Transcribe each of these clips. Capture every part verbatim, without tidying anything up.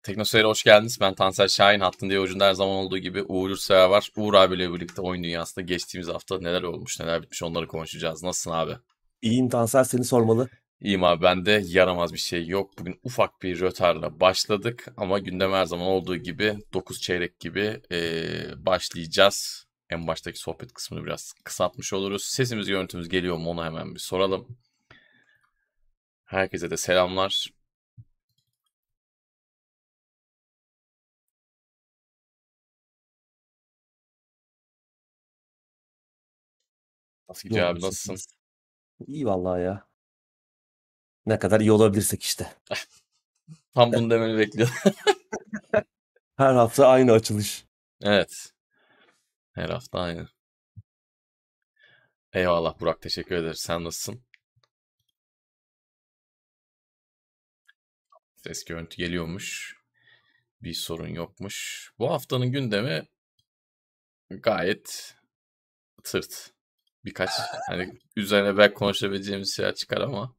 Teknoseyir'e hoş geldiniz. Ben Tansel Şahin. Hattında ucunda her zaman olduğu gibi Uğur Yurtsever var. Uğur abiyle birlikte oyun dünyasında geçtiğimiz hafta neler olmuş, neler bitmiş onları konuşacağız. Nasılsın abi? İyiyim Tansel, seni sormalı. İyiyim abi, bende yaramaz bir şey yok. Bugün ufak bir rötarla başladık ama gündem her zaman olduğu gibi dokuz çeyrek gibi eee, başlayacağız. En baştaki sohbet kısmını biraz kısaltmış oluruz. Sesimiz, görüntümüz geliyor mu onu hemen bir soralım. Herkese de selamlar. Nasıl gidiyor abi, Yoğun nasılsın? sekiz. İyi vallahi ya. Ne kadar iyi olabilirsek işte. Tam bunu demeni bekliyordum. Her hafta aynı açılış. Evet, her hafta aynı. Eyvallah Burak, teşekkür ederiz. Sen nasılsın? Ses görüntü geliyormuş. Bir sorun yokmuş. Bu haftanın gündemi gayet tırt. Birkaç hani üzerine belki konuşabileceğimiz şeyler çıkar ama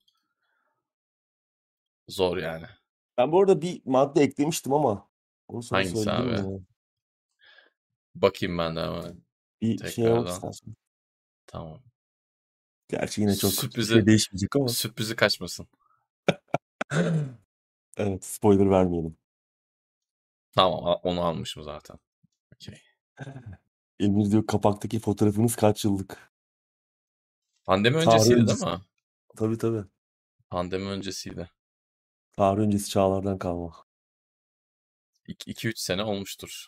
zor yani. Ben bu arada bir madde eklemiştim ama onu sana Hangisi söyledim abi? mi? Bakayım ben de hemen Bir şey yapmak tekrardan. istersen. Tamam. Gerçi yine çok bir şey Sürprizi değişmeyecek ama. sürprizi kaçmasın. Evet, spoiler vermeyelim. Tamam, a- onu almışım zaten. Okey. Emir diyor, kapaktaki fotoğrafınız kaç yıllık? Pandemi Tarih öncesiydi değil öncesi. mi? Tabii tabii. Pandemi öncesiydi. Tarih öncesi çağlardan kalma. iki üç sene olmuştur.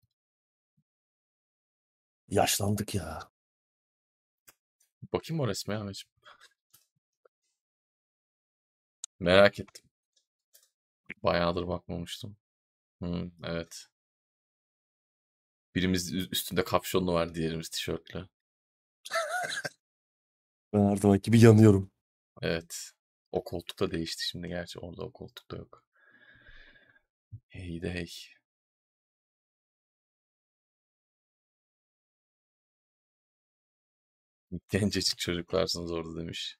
Yaşlandık ya. Bakayım o resme ya. Merak ettim. Bayağıdır bakmamıştım. Hı, evet. Birimiz ü- üstünde kapşonlu var, diğerimiz tişörtlü. Ben her zamanki gibi yanıyorum. Evet. O koltuk da değişti şimdi, gerçi orada o koltuk da yok. Hey de hey. Gencecik çocuklarsınız orada demiş.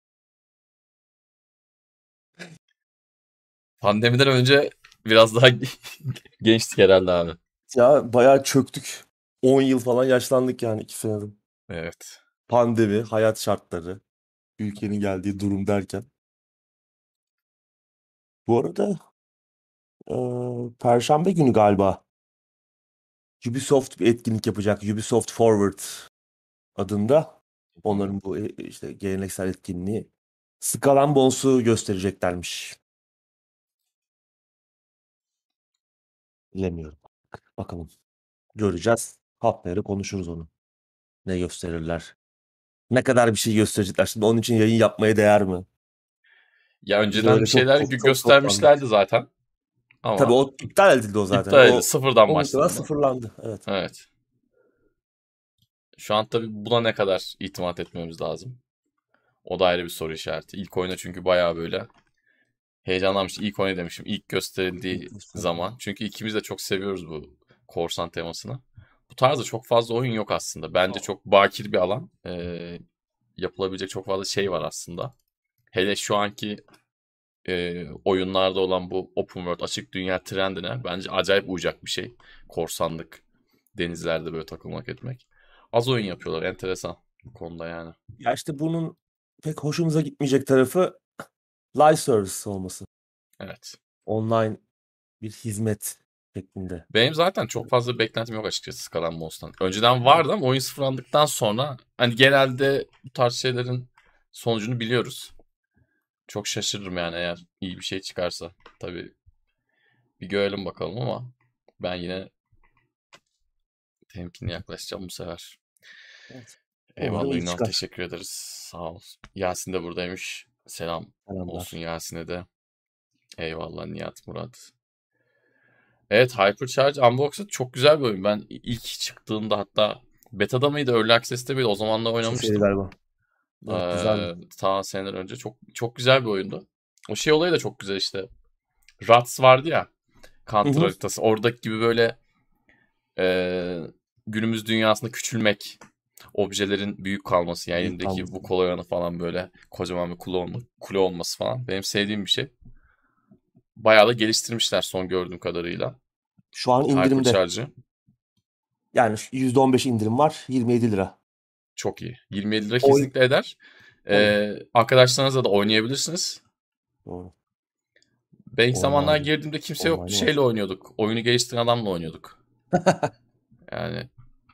Pandemiden önce biraz daha gençtik herhalde abi. Ya bayağı çöktük. on yıl falan yaşlandık yani iki senede. Evet. Pandemi, hayat şartları, ülkenin geldiği durum derken. Bu arada eee, Perşembe günü galiba Ubisoft bir etkinlik yapacak. Ubisoft Forward adında. Hı. Onların bu e, işte geleneksel etkinliği. Skull and Bones'u göstereceklermiş. Bilemiyorum. Bakalım. Göreceğiz. Haftaya konuşuruz onu. Ne gösterirler? Ne kadar bir şey gösterecekler? Şimdi onun için yayın yapmaya değer mi? Ya Biz önceden bir öyle çok şeyler çok gö- çok toplandık. göstermişlerdi zaten Tabii ama o iptal edildi o zaten. iptal edildi. O Sıfırdan o muhtemelen başlandı. sıfırlandı. Evet. Evet. Şu an tabii buna ne kadar itimat etmemiz lazım? O da ayrı bir soru işareti. İlk oyuna çünkü bayağı böyle heyecanlanmıştım. İlk oyunu demişim. İlk gösterildiği zaman. Çünkü ikimiz de çok seviyoruz bu korsan temasını. Bu tarzda çok fazla oyun yok aslında. Bence çok bakir bir alan. Ee, yapılabilecek çok fazla şey var aslında. Hele şu anki e, oyunlarda olan bu open world, açık dünya trendine bence acayip uyacak bir şey. Korsanlık, denizlerde böyle takılmak etmek. Az oyun yapıyorlar. Enteresan bu konuda yani. Ya işte bunun pek hoşumuza gitmeyecek tarafı live service olması. Evet. Online bir hizmet şeklinde. Benim zaten çok fazla beklentim yok açıkçası Skull and Bones'tan. Önceden vardı ama oyun sıfırlandıktan sonra hani genelde bu tarz şeylerin sonucunu biliyoruz. Çok şaşırırım yani eğer iyi bir şey çıkarsa. Tabii bir görelim bakalım ama ben yine temkinli yaklaşacağım bu sefer. Evet. Umarım Eyvallah iyi Ünal, çıkar. teşekkür ederiz. Sağ ol. Yasin de buradaymış. Selam olsun Selamlar. Yasin'e de. Eyvallah Nihat, Murat. Evet, Hypercharge Unboxed çok güzel bir oyun. Ben ilk çıktığında hatta beta'da mıydı, Early Access'te miydi? O zamanlar Şeydi oynamıştım. galiba. Evet, güzeldi. Ee, ta seneler önce. Çok çok güzel bir oyundu. O şey olayı da çok güzel işte. Rats vardı ya. Hı Counter hı. haritası. Oradaki gibi böyle e, günümüz dünyasında küçülmek. Objelerin büyük kalması. Yani Büyük elindeki kalması. bu kol oyunu falan böyle kocaman bir kule, olma, kule olması falan. Benim sevdiğim bir şey. bayağı da geliştirmişler son gördüğüm kadarıyla. Şu an indirimde. Hypercharge'ı. Yani yüzde on beş indirim var. yirmi yedi lira. Çok iyi. yirmi yedi lira Oy- kesinlikle eder. Ee, arkadaşlarınızla da oynayabilirsiniz. Doğru. Ben ilk zamanlar Online. girdiğimde kimse yoktu. Online var. Şeyle oynuyorduk. Oyunu geliştiren adamla oynuyorduk. Yani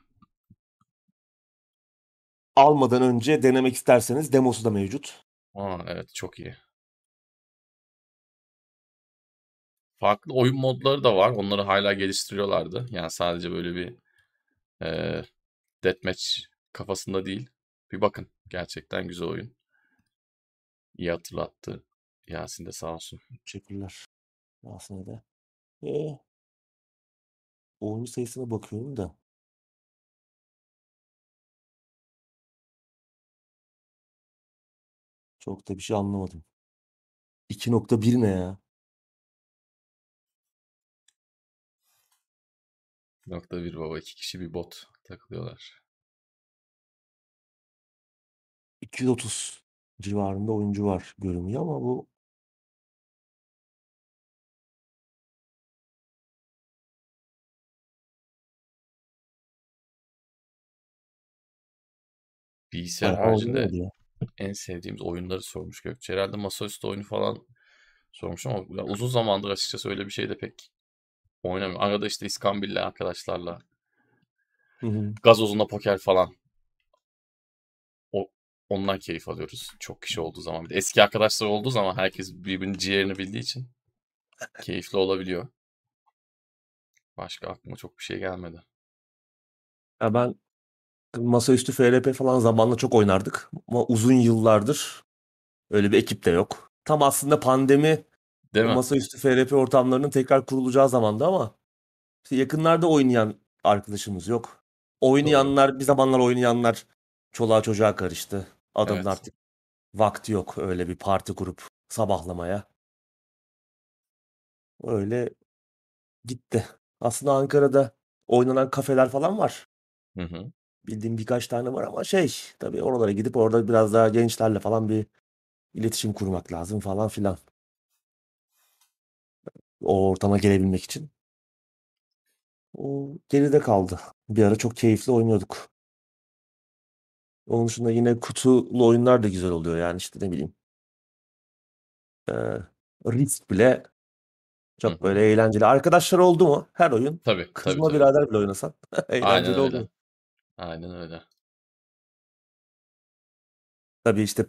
Almadan önce denemek isterseniz demosu da mevcut. aa, evet çok iyi. Farklı oyun modları da var. Onları hala geliştiriyorlardı. Yani sadece böyle bir e, deathmatch kafasında değil. Bir bakın. Gerçekten güzel oyun. İyi hatırlattı. Yasin de sağ olsun. Teşekkürler. Aslında da. Ee, oyuncu sayısına bakıyorum da. Çok da bir şey anlamadım. iki nokta bir ne ya? Nokta bir baba. iki kişi bir bot takılıyorlar. iki yüz otuz civarında oyuncu var görünüyor ama bu Bilgisayar bayağı haricinde oynanıyordu ya. en sevdiğimiz oyunları sormuş Gökçe. Herhalde masaüstü oyunu falan sormuş ama ya uzun zamandır açıkçası öyle bir şey de pek oynamıyorum. Arada işte İskambil'le arkadaşlarla Hı hı. gazozunda poker falan o ondan keyif alıyoruz. Çok kişi olduğu zaman. Bir de eski arkadaşlar olduğu zaman herkes birbirinin ciğerini bildiği için keyifli olabiliyor. Başka aklıma çok bir şey gelmedi. Ya ben masaüstü F R P falan zamanla çok oynardık. Ama uzun yıllardır öyle bir ekip de yok. Tam aslında pandemi Değil mi? masaüstü F R P ortamlarının tekrar kurulacağı zamandı ama işte yakınlarda oynayan arkadaşımız yok. Doğru. Oynayanlar, bir zamanlar oynayanlar çoluğa çocuğa karıştı. Adamın Evet. artık vakti yok öyle bir parti kurup sabahlamaya. Öyle gitti. Aslında Ankara'da oynanan kafeler falan var. Hı hı. Bildiğim birkaç tane var ama şey tabii oralara gidip orada biraz daha gençlerle falan bir iletişim kurmak lazım falan filan. O ortama gelebilmek için. O geride kaldı. Bir ara çok keyifli oynuyorduk. Onun dışında yine kutulu oyunlar da güzel oluyor yani işte ne bileyim. Ee, Risk bile Hı çok hı. böyle eğlenceli. Arkadaşlar oldu mu her oyun Tabii, tabii, kızma tabii. birader bile oynasan Aynen eğlenceli öyle. oluyor. Aynen öyle. Tabii işte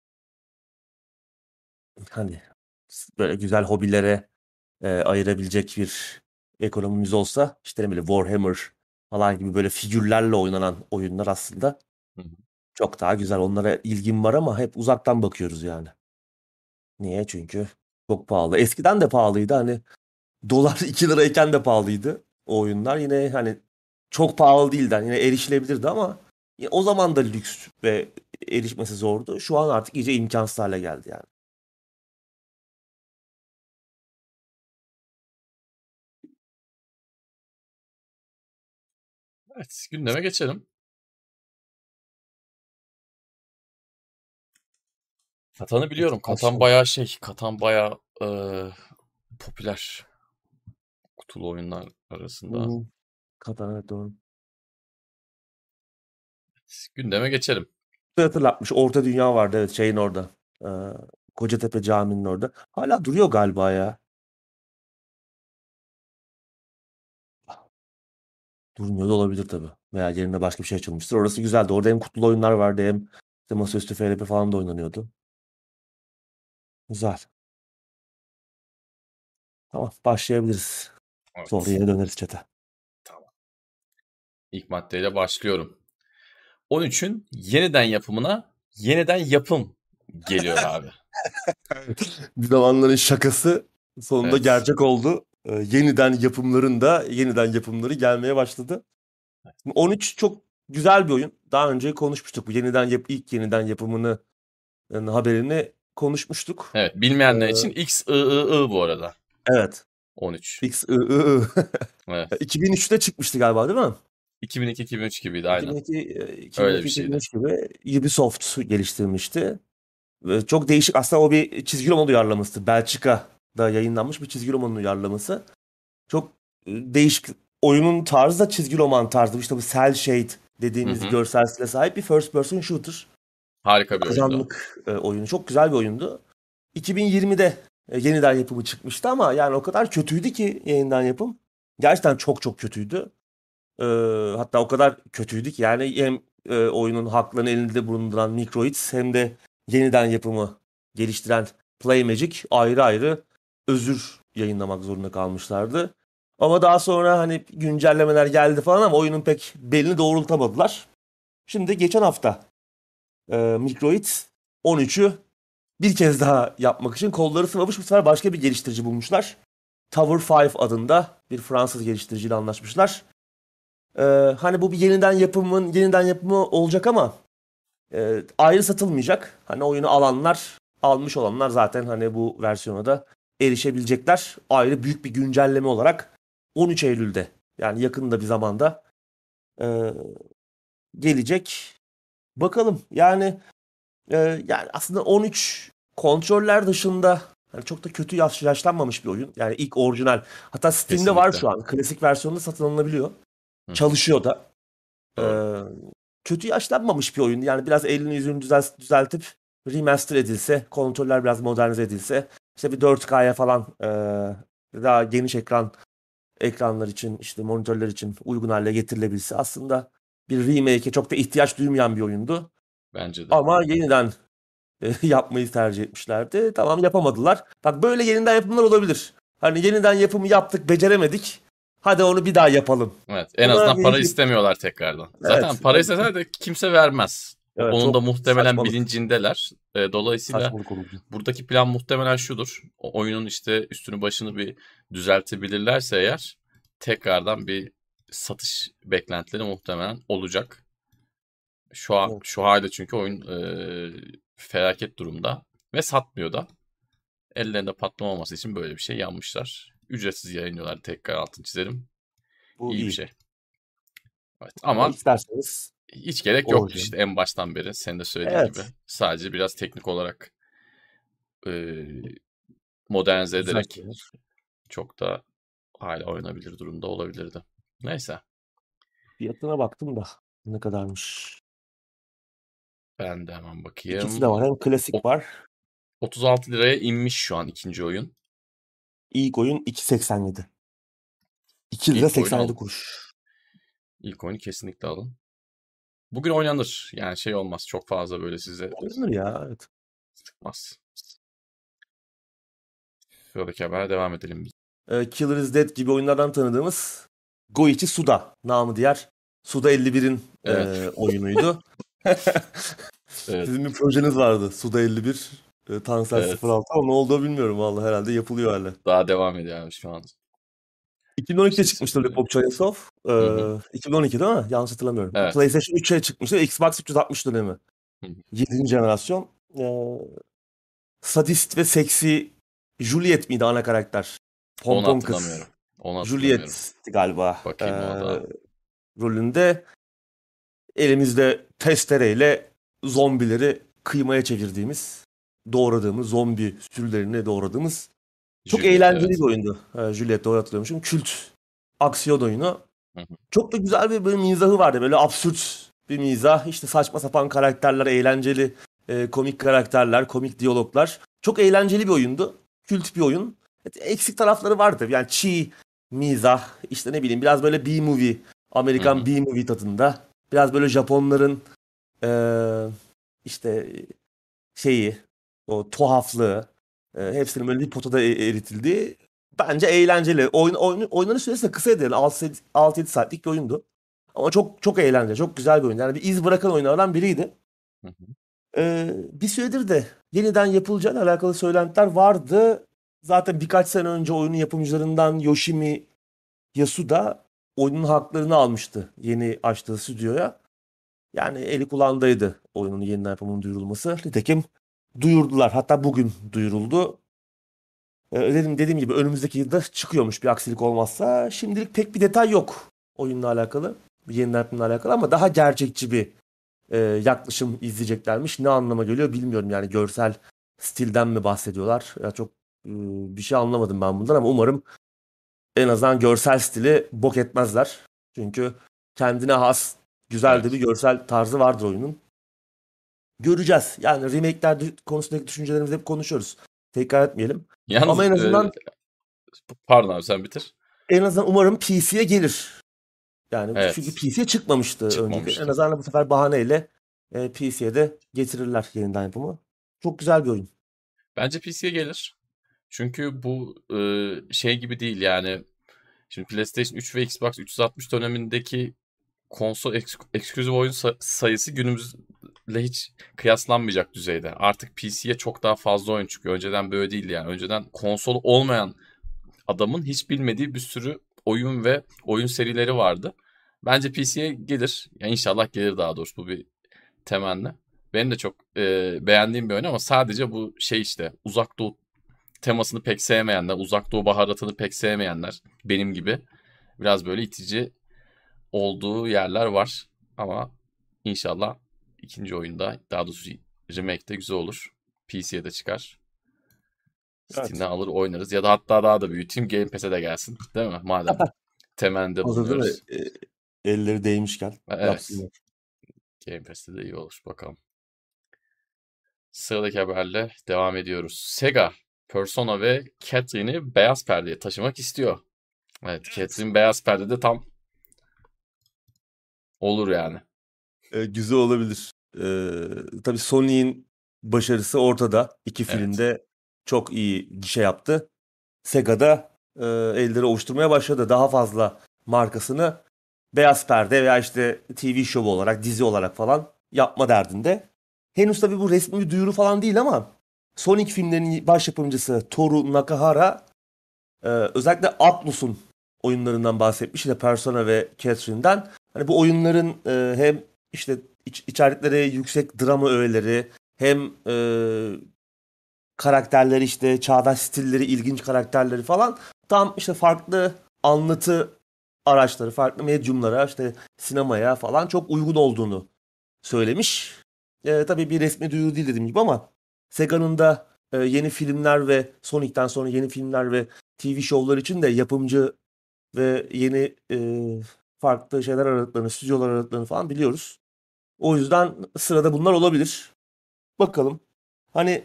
hani böyle güzel hobilere e, ayırabilecek bir ekonomimiz olsa işte ne bileyim Warhammer falan gibi böyle figürlerle oynanan oyunlar aslında Hı hı. çok daha güzel. Onlara ilgim var ama hep uzaktan bakıyoruz yani. Niye? Çünkü çok pahalı. Eskiden de pahalıydı. Hani dolar iki lirayken de pahalıydı o oyunlar. Yine hani çok pahalı değildi. Hani yine erişilebilirdi ama ya o zaman da lüks ve erişmesi zordu. Şu an artık iyice imkansız hale geldi yani. Evet, gündeme geçelim. Katan'ı biliyorum. Katan Başlayalım. bayağı şey, Katan bayağı eee, popüler kutulu oyunlar Hı arasında. hı. Katan evet doğru. Gündeme geçelim. Hatırlatmış. Orta Dünya vardı evet şeyin orada. Ee, Kocatepe Camii'nin orada. Hala duruyor galiba ya. Durmuyor da olabilir tabii. Veya yerine başka bir şey açılmıştır. Orası güzeldi. Orada hem kutlu oyunlar vardı hem işte masaüstü F R P falan da oynanıyordu. Güzel. Tamam başlayabiliriz. Sonra Evet. yine döneriz çete. Tamam. İlk maddeyle başlıyorum. on üçün yeniden yapımına yeniden yapım geliyor abi. Bir zamanların şakası sonunda Evet. gerçek oldu. Ee, yeniden yapımların da yeniden yapımları gelmeye başladı. Şimdi on üç çok güzel bir oyun. Daha önce konuşmuştuk. Bu yeniden yap ilk yeniden yapımını yani haberini konuşmuştuk. Evet. Ee, Bilmeyenler için X I I I bu arada. evet. on üç. X I I I. Evet. iki bin üçte çıkmıştı galiba değil mi? iki bin iki iki bin üç gibiydi aynen. iki bin iki, e, Öyle bir şeydi. iki bin iki-iki bin üç gibi Ubisoft geliştirmişti. Ve çok değişik aslında o bir çizgi roman uyarlaması. Belçika da yayınlanmış bir çizgi romanın uyarlaması. Çok e, değişik. Oyunun tarzı da çizgi roman tarzı. İşte bu cel shade Hı dediğimiz hı. görsel stile sahip bir first person shooter. Harika bir oyundu. Ajanlık e, oyunu. Çok güzel bir oyundu. iki bin yirmide e, yeniden yapımı çıkmıştı ama yani o kadar kötüydü ki yeniden yapım. Gerçekten çok çok kötüydü. E, hatta o kadar kötüydü ki yani hem e, oyunun haklarını elinde bulunduran Microids hem de yeniden yapımı geliştiren Playmagic ayrı ayrı özür yayınlamak zorunda kalmışlardı. Ama daha sonra hani güncellemeler geldi falan ama oyunun pek belini doğrultamadılar. Şimdi geçen hafta e, Microids on üçü bir kez daha yapmak için kolları sıvamış, bu sefer başka bir geliştirici bulmuşlar. Tower beş adında bir Fransız geliştiriciyle anlaşmışlar. Ee, hani bu bir yeniden yapımın yeniden yapımı olacak ama e, ayrı satılmayacak. Hani oyunu alanlar, almış olanlar zaten hani bu versiyona da erişebilecekler. Ayrı büyük bir güncelleme olarak on üç Eylül'de, yani yakında bir zamanda e, gelecek. Bakalım yani. Ee, yani aslında on üç kontroller dışında hani çok da kötü yaş yaşlanmamış bir oyun. Yani ilk orijinal. Hatta Steam'de var Kesinlikle. şu an. Klasik versiyonda satın alınabiliyor. Hı hı. Çalışıyor da. Doğru. Ee, kötü yaşlanmamış bir oyun. Yani biraz elini yüzünü düzel- düzeltip remaster edilse, kontroller biraz modernize edilse, işte bir dört K'ya falan ee, daha geniş ekran ekranlar için, işte monitörler için uygun hale getirilebilse aslında bir remake'e çok da ihtiyaç duymayan bir oyundu. Bence de. Ama yeniden e, yapmayı tercih etmişlerdi. Tamam, yapamadılar. Bak, böyle yeniden yapımlar olabilir. Hani yeniden yapımı yaptık, beceremedik. Hadi onu bir daha yapalım. Evet. En Buna azından para yenecek. istemiyorlar tekrardan. Zaten Evet. para isteseler de kimse vermez. O- Evet, Onun da çok muhtemelen saçmalık. bilincindeler. E, dolayısıyla Saçmalık olurdu. buradaki plan muhtemelen şudur. O oyunun işte üstünü başını bir düzeltebilirlerse eğer tekrardan bir satış beklentileri muhtemelen olacak. Şu an, Evet. şu halde çünkü oyun e, felaket durumda ve satmıyor da. Ellerinde patlamaması için böyle bir şey yanmışlar. Ücretsiz yayınlıyorlar, tekrar altını çizerim. Bu İyi bir iyi. şey. Evet. Ama Ama isterseniz hiç gerek yoktu orijinal. işte en baştan beri senin de söylediğin gibi. Evet. Sadece biraz teknik olarak e, modernize Güzel ederek şeyler. çok da hala oynanabilir durumda olabilirdi. Neyse, Fiyatına baktım da ne kadarmış. ben de hemen İkisi de bakayım. var. Hem klasik O- var. otuz altı liraya inmiş şu an ikinci oyun. İlk oyun iki seksen yedi. iki lira İlk oyunu seksen yedi alın. kuruş. İlk oyunu kesinlikle alın. Bugün oynanır. Yani şey olmaz. Çok fazla böyle size Oynanır ya. Evet. sıkmaz. Sıradaki habere devam edelim biz. e, Killer is Dead gibi oyunlardan tanıdığımız Goichi Suda, namı diğer Suda elli birin Evet. e, oyunuydu. Evet. Sizin bir projeniz vardı, Suda elli bir, e, Tansel Evet. sıfır altı, ama ne olduğunu bilmiyorum vallahi, herhalde yapılıyor hala. Daha devam ediyor yani şu an. Bir iki bin on ikide şey çıkmıştı söyleyeyim. Lollipop Chainsaw of. E, Hı hı. iki bin on iki değil mi? Yanlış hatırlamıyorum. Evet. PlayStation üçe çıkmıştı. Xbox üç yüz altmış dönemi. Hı hı. yedinci jenerasyon. E, sadist ve seksi Juliet miydi ana karakter? Onu Pompon kız. hatırlamıyorum. Onu hatırlamıyorum. Juliet'ti galiba. E, Bakayım ona da. rolünde elimizde testereyle zombileri kıymaya çevirdiğimiz, doğradığımız, zombi sürülerini doğradığımız çok Juliet, eğlenceli evet. bir oyundu. Ee, Juliet, doğru hatırlıyormuşum. Kült aksiyon oyunu. Hı hı. Çok da güzel bir böyle mizahı vardı. Böyle absürt bir mizah. İşte saçma sapan karakterler, eğlenceli e, komik karakterler, komik diyaloglar. Çok eğlenceli bir oyundu. Kült bir oyun. Evet, eksik tarafları vardı. Yani çiğ mizah, işte ne bileyim, biraz böyle B-movie, Hı Amerikan hı. B-movie tadında. Biraz böyle Japonların ee, işte şeyi, o tuhaflığı, e, hepsinin böyle bir potada e- eritildiği, bence eğlenceli. Oyun, oyun, oynanış süresi de kısaydı, yani altı yedi saatlik bir oyundu. Ama çok çok eğlenceli, çok güzel bir oyun. Yani bir iz bırakan oyunlardan biriydi. Hı hı. Ee, bir süredir de yeniden yapılacağıyla alakalı söylentiler vardı. Zaten birkaç sene önce oyunun yapımcılarından Yoshimi Yasuda oyunun haklarını almıştı yeni açtığı stüdyoya. Yani eli kulağındaydı oyunun yeniden yapımının duyurulması. Nitekim duyurdular. Hatta bugün duyuruldu. Ee, dedim, dediğim gibi önümüzdeki yılda çıkıyormuş bir aksilik olmazsa. Şimdilik pek bir detay yok oyunla alakalı. Yeniden yapımla alakalı, ama daha gerçekçi bir e, yaklaşım izleyeceklermiş. Ne anlama geliyor bilmiyorum, yani görsel stilden mi bahsediyorlar? Ya çok Ee, Bir şey anlamadım ben bundan ama umarım en azından görsel stili bok etmezler. Çünkü kendine has güzel de bir Evet. görsel tarzı vardır oyunun. Göreceğiz. Yani remake'ler dü- konusundaki düşüncelerimizi hep konuşuyoruz. Tekrar etmeyelim. Ama Yalnız en e, azından pardon abi sen bitir. en azından umarım P C'ye gelir. Yani çünkü Evet. P C'ye çıkmamıştı önceki. En Çıkmamıştı. azından bu sefer bahaneyle e, P C'ye de getirirler yeniden yapımı. Çok güzel bir oyun. Bence P C'ye gelir. Çünkü bu e, şey gibi değil yani. Şimdi PlayStation üç ve Xbox üç yüz altmış dönemindeki konsol eks- ekskluzif oyun sa- sayısı günümüzle hiç kıyaslanmayacak düzeyde. Artık P C'ye çok daha fazla oyun çıkıyor. Önceden böyle değildi yani. Önceden konsol olmayan adamın hiç bilmediği bir sürü oyun ve oyun serileri vardı. Bence P C'ye gelir. Ya inşallah gelir daha doğrusu bu bir temenni. Benim de çok e, beğendiğim bir oyun ama sadece bu şey işte Uzak Doğu temasını pek sevmeyenler, Uzak Doğu baharatını pek sevmeyenler benim gibi biraz böyle itici olduğu yerler var. Ama inşallah ikinci oyunda daha doğrusu remake'de güzel olur. P C'ye de çıkar. Evet. Steam'den alır oynarız ya da hatta daha da büyüteyim Game Pass'e de gelsin. Değil mi? Madem temennide Hazır değil mi? bulunuyoruz. E, elleri değmişken Evet. yapsınlar. Game Pass'te de iyi olur bakalım. Sıradaki haberle devam ediyoruz. Sega, Persona ve Catherine'i beyaz perdeye taşımak istiyor. Evet, Catherine beyaz perdede tam olur yani. E, güzel olabilir. E, tabii Sony'in başarısı ortada. İki Evet, filmde çok iyi gişe yaptı. Sega'da e, elleri ovuşturmaya başladı. Daha fazla markasını beyaz perde veya işte T V show olarak, dizi olarak falan yapma derdinde. Henüz tabii bu resmi bir duyuru falan değil ama Sonic filmlerinin baş yapımcısı Toru Nakahara e, özellikle Atlus'un oyunlarından bahsetmiş. İşte Persona ve Catherine'den. Hani bu oyunların e, hem işte iç, içerikleri yüksek drama öğeleri hem e, karakterleri işte çağdaş stilleri, ilginç karakterleri falan tam işte farklı anlatı araçları, farklı medyumlara, işte sinemaya falan çok uygun olduğunu söylemiş. E, tabii bir resmi duyuru değil dediğim gibi ama Sega'nın da e, yeni filmler ve Sonic'ten sonra yeni filmler ve T V şovlar için de yapımcı ve yeni e, farklı şeyler aradıklarını, stüdyolar aradıklarını falan biliyoruz. O yüzden sırada bunlar olabilir. Bakalım. Hani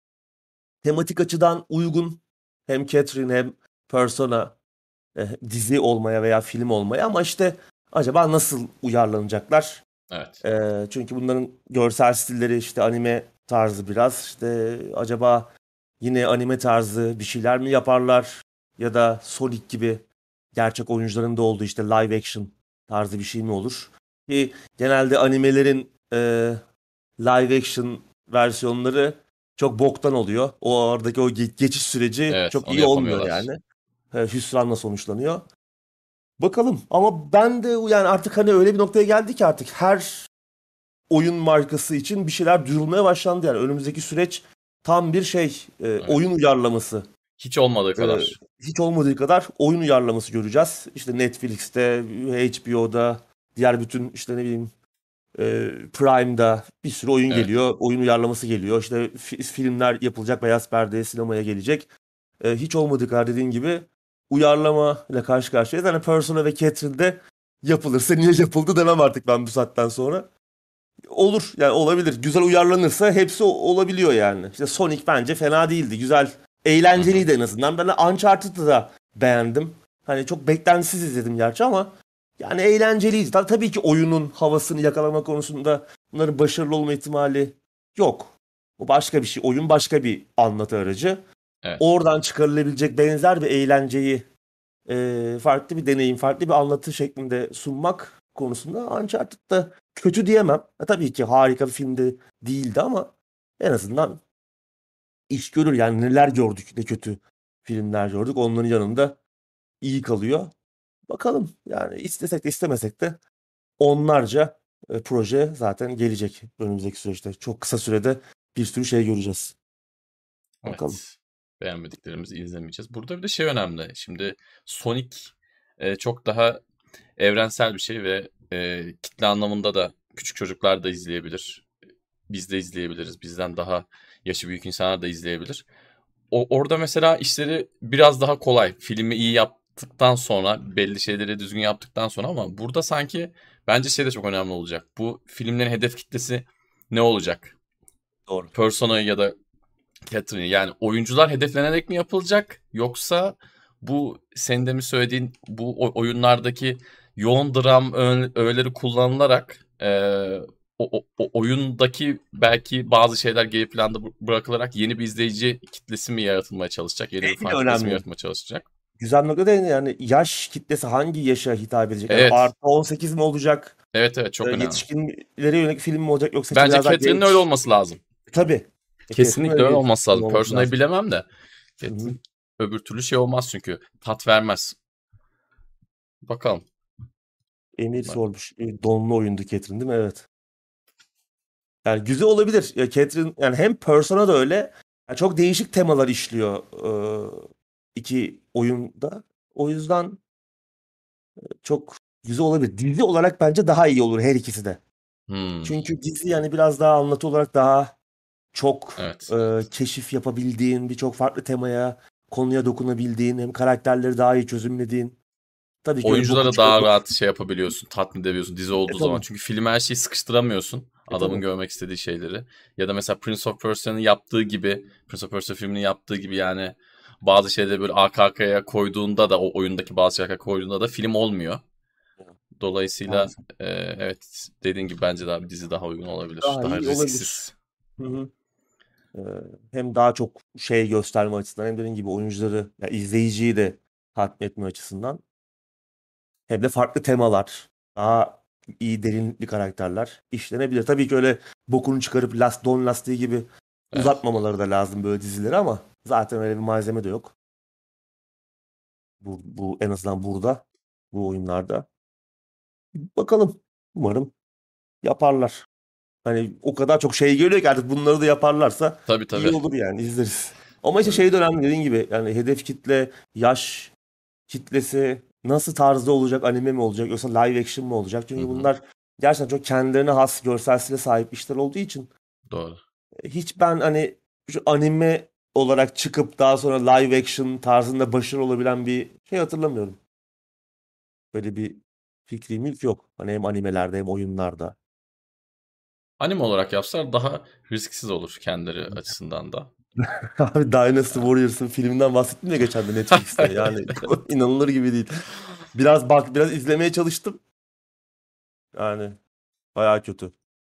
tematik açıdan uygun hem Catherine hem Persona e, dizi olmaya veya film olmaya ama işte acaba nasıl uyarlanacaklar? evet. E, çünkü bunların görsel stilleri işte anime tarzı biraz işte acaba yine anime tarzı bir şeyler mi yaparlar ya da Sonic gibi gerçek oyuncuların da olduğu işte live action tarzı bir şey mi olur? Ki genelde animelerin e, live action versiyonları çok boktan oluyor. O aradaki o ge- geçiş süreci Evet, çok onu iyi olmuyor yapamıyorlar. yani. E, hüsranla sonuçlanıyor. Bakalım ama ben de yani artık hani öyle bir noktaya geldi ki artık her oyun markası için bir şeyler duyurulmaya başlandı yani. Önümüzdeki süreç tam bir şey e, oyun Evet. uyarlaması. Hiç olmadığı E, kadar. Hiç olmadığı kadar oyun uyarlaması göreceğiz. İşte Netflix'te, H B O'da, diğer bütün işte ne bileyim e, Prime'da bir sürü oyun Evet. geliyor. Oyun uyarlaması geliyor. İşte fi- filmler yapılacak. Beyaz perdeye, sinemaya gelecek. E, hiç olmadığı kadar dediğin gibi uyarlama ile karşı karşıyayız. Hani Persona ve Catherine'de yapılırsa niye yapıldı demem artık ben bu saatten sonra. Olur yani olabilir. Güzel uyarlanırsa hepsi o- olabiliyor yani. İşte Sonic bence fena değildi. Güzel, Hı hı. eğlenceliydi en azından. Ben de Uncharted'ı da beğendim. Hani çok beklentisiz izledim gerçi ama yani eğlenceliydi. Ta- Tabii ki oyunun havasını yakalama konusunda bunların başarılı olma ihtimali yok. O başka bir şey. Oyun başka bir anlatı aracı. Evet. Oradan çıkarılabilecek benzer bir eğlenceyi e, farklı bir deneyim, farklı bir anlatı şeklinde sunmak konusunda Uncharted'da kötü diyemem. E, tabii ki harika bir filmde değildi ama en azından iş görür. Yani neler gördük, ne kötü filmler gördük. Onların yanında iyi kalıyor. Bakalım yani istesek de istemesek de onlarca e, proje zaten gelecek önümüzdeki süreçte. Çok kısa sürede bir sürü şey göreceğiz. Bakalım. Evet. Beğenmediklerimizi izlemeyeceğiz. Burada bir de şey önemli. Şimdi Sonic e, çok daha evrensel bir şey ve e, kitle anlamında da küçük çocuklar da izleyebilir. Biz de izleyebiliriz. Bizden daha yaşı büyük insanlar da izleyebilir. o, orada mesela işleri biraz daha kolay. Filmi iyi yaptıktan sonra, belli şeyleri düzgün yaptıktan sonra, ama burada sanki bence şey de çok önemli olacak. Bu filmlerin hedef kitlesi ne olacak? Doğru. Persona'yı ya da Catherine'i, yani oyuncular hedeflenerek mi yapılacak, yoksa bu senin de mi söylediğin bu oyunlardaki yoğun dram öğeleri kullanılarak e, o, o, o oyundaki belki bazı şeyler geri planda bırakılarak yeni bir izleyici kitlesi mi yaratılmaya çalışacak, yeni bir Şey bile fan kitlesi mi önemli. yaratmaya çalışacak? Güzel nokta değil yani yaş kitlesi hangi yaşa hitap edecek? Yani Evet, artı on sekiz mi olacak? evet, evet, E, çok önemli. yetişkinlere yönelik film mi olacak yoksa işte Bence biraz daha Catherine'in öyle genç? olması lazım. Tabii. E, Catherine Kesinlikle öyle öyle bir olması film lazım. olması Persona'yı lazım. bilemem de. Hı hı. Catherine öbür türlü şey olmaz çünkü. Tat vermez. Bakalım. Emir sormuş. E, Donlu oyundu Catherine değil mi? Evet. Yani güzel olabilir. Ya Catherine yani hem Persona da öyle. Yani çok değişik temalar işliyor e, iki oyunda. O yüzden çok güzel olabilir. Dizi olarak bence daha iyi olur her ikisi de. Hmm, Çünkü dizi yani biraz daha anlatı olarak daha çok evet. e, keşif yapabildiğin, birçok farklı temaya, konuya dokunabildiğin, hem karakterleri daha iyi çözümlediğin. Tabii ki öyle boku Oyunculara çıkarıp daha rahat şey yapabiliyorsun, tatmin edebiliyorsun dizi e olduğu zaman. tabii. Çünkü filme her şeyi sıkıştıramıyorsun. E Adamın tabii. görmek istediği şeyleri. Ya da mesela Prince of Persia'nın yaptığı gibi, Prince of Persia filminin yaptığı gibi, yani bazı şeyleri böyle arka arkaya koyduğunda da, o oyundaki bazı şeyler koyduğunda da film olmuyor. Dolayısıyla Maalesef. e, evet, dediğin gibi bence daha bir dizi daha uygun olabilir. Daha Daha iyi olabilir. risksiz. Hı hı. Ee, hem daha çok şey gösterme açısından hem dediğim gibi oyuncuları, ya izleyiciyi de tatmin etme açısından hem de farklı temalar, daha iyi derinlikli karakterler işlenebilir. Tabii ki öyle bokunu çıkarıp Last Don Lastiği gibi Evet. uzatmamaları da lazım böyle dizileri ama zaten öyle bir malzeme de yok. Bu, bu en azından burada, bu oyunlarda. Bakalım. Umarım yaparlar. Hani o kadar çok şey geliyor ki artık bunları da yaparlarsa Tabii, iyi tabii. olur yani izleriz. Ama işte Tabii. şey de önemli dediğin gibi yani hedef kitle, yaş kitlesi nasıl tarzda olacak, anime mi olacak yoksa live action mı olacak? Hı Çünkü hı. bunlar gerçekten çok kendilerine has görsel stile sahip işler olduğu için Doğru. e, hiç ben hani şu anime olarak çıkıp daha sonra live action tarzında başarılı olabilen bir şey hatırlamıyorum. Böyle bir fikrim ilk yok. Hani hem animelerde hem oyunlarda. Anime olarak yapsalar daha risksiz olur kendileri açısından da. Abi Dynasty Yani. Warriors'ın filminden bahsettim ya geçen de Netflix'te. Yani inanılır gibi değil. Biraz bak biraz izlemeye çalıştım. Yani bayağı kötü.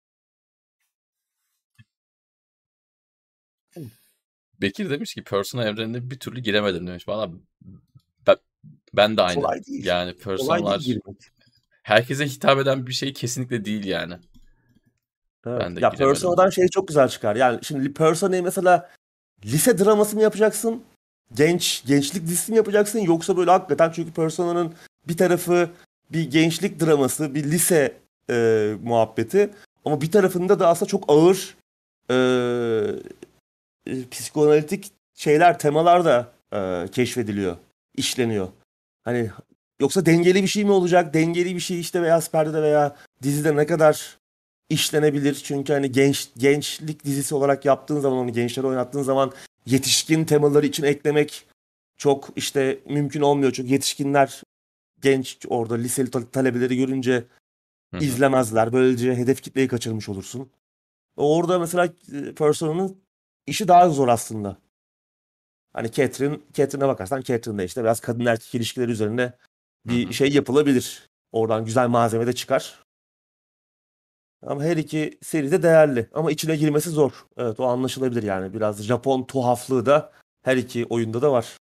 Bekir demiş ki Persona evrenine bir türlü giremedim demiş. Valla ben, ben de aynı. Kolay değil. Yani Kolay değil Personalar girmek. herkese hitap eden bir şey kesinlikle değil yani. Evet. Ben de Ya giremedim. Persona'dan şey çok güzel çıkar. Yani şimdi Persona'yı mesela lise draması mı yapacaksın? Genç gençlik dizisi mi yapacaksın yoksa böyle hakikaten çünkü Persona'nın bir tarafı bir gençlik draması, bir lise e, muhabbeti ama bir tarafında da aslında çok ağır e, e, psikoanalitik şeyler, temalar da e, keşfediliyor, işleniyor. Hani yoksa dengeli bir şey mi olacak? Dengeli bir şey işte Beyaz Perde'de veya dizide ne kadar işlenebilir? Çünkü hani genç gençlik dizisi olarak yaptığın zaman onu gençlere oynattığın zaman yetişkin temaları için eklemek çok işte mümkün olmuyor. Çünkü yetişkinler genç orada liseli ta- talebeleri görünce Hı hı. izlemezler. Böylece hedef kitleyi kaçırmış olursun. Orada mesela e, Persona'nın işi daha zor aslında. Hani Catherine, Catherine'e bakarsan Catherine'de işte biraz kadın erkek ilişkileri üzerine Hı bir hı. şey yapılabilir. Oradan güzel malzeme de çıkar. Ama her iki seri de değerli. Ama içine girmesi zor. Evet o anlaşılabilir yani. Biraz Japon tuhaflığı da her iki oyunda da var.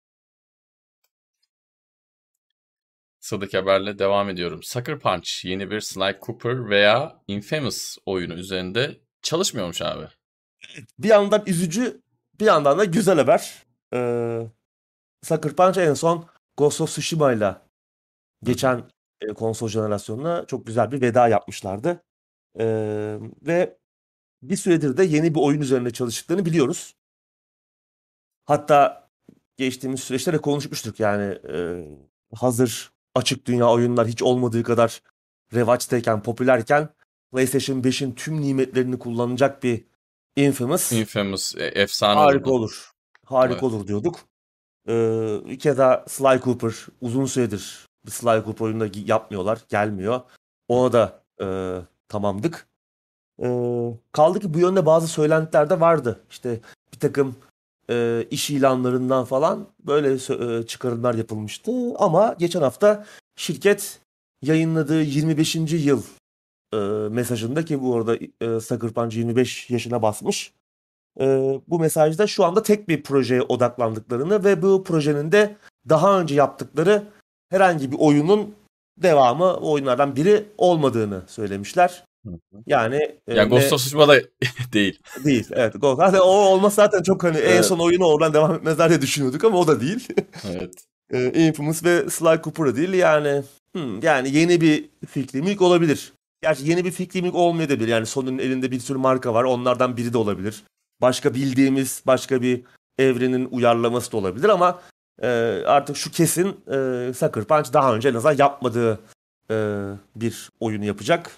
Sıradaki haberle devam ediyorum. Sucker Punch yeni bir Sly Cooper veya Infamous oyunu üzerinde çalışmıyormuş abi. Bir yandan üzücü, bir yandan da güzel haber. Ee, Sucker Punch en son Ghost of Tsushima'yla Hı hı. geçen e, konsol jenerasyonuna çok güzel bir veda yapmışlardı. Ee, ve bir süredir de yeni bir oyun üzerinde çalıştıklarını biliyoruz. Hatta geçtiğimiz süreçte de konuşmuştuk yani e, hazır açık dünya oyunlar hiç olmadığı kadar revaçtayken, popülerken PlayStation beşin tüm nimetlerini kullanacak bir Infamous Infamous e, efsane harika olurdu. olur. harika Evet. olur diyorduk. Ee, keza Sly Cooper uzun süredir bir Sly Cooper oyunu da gi- yapmıyorlar, gelmiyor. Hı. Ona da e, tamamdık. Ee, kaldı ki bu yönde bazı söylentiler de vardı. İşte bir takım e, iş ilanlarından falan böyle sö- e, çıkarımlar yapılmıştı. Ama geçen hafta şirket yayınladığı yirmi beşinci yıl e, mesajında, ki bu arada e, Sucker Punch yirmi beş yaşına basmış. E, bu mesajda şu anda tek bir projeye odaklandıklarını ve bu projenin de daha önce yaptıkları herhangi bir oyunun devamı, o oyunlardan biri olmadığını söylemişler. Hı hı. Yani Yani e, Ghost ne of Tsushima da değil. değil. Evet. Go. Zaten o olması zaten çok, hani en Evet. son oyunu oradan devam etmezler diye düşünüyorduk ama o da değil. Evet. E, Infamous ve Sly Cooper'da değil yani. Hmm, yani yeni bir fikri mülk olabilir. Gerçi yeni bir fikri mülk olmayabilir. Yani Sony'nin elinde bir sürü marka var. Onlardan biri de olabilir. Başka bildiğimiz başka bir evrenin uyarlaması da olabilir ama e, artık şu kesin, e, Sucker Punch daha önce en azından yapmadığı e, bir oyunu yapacak.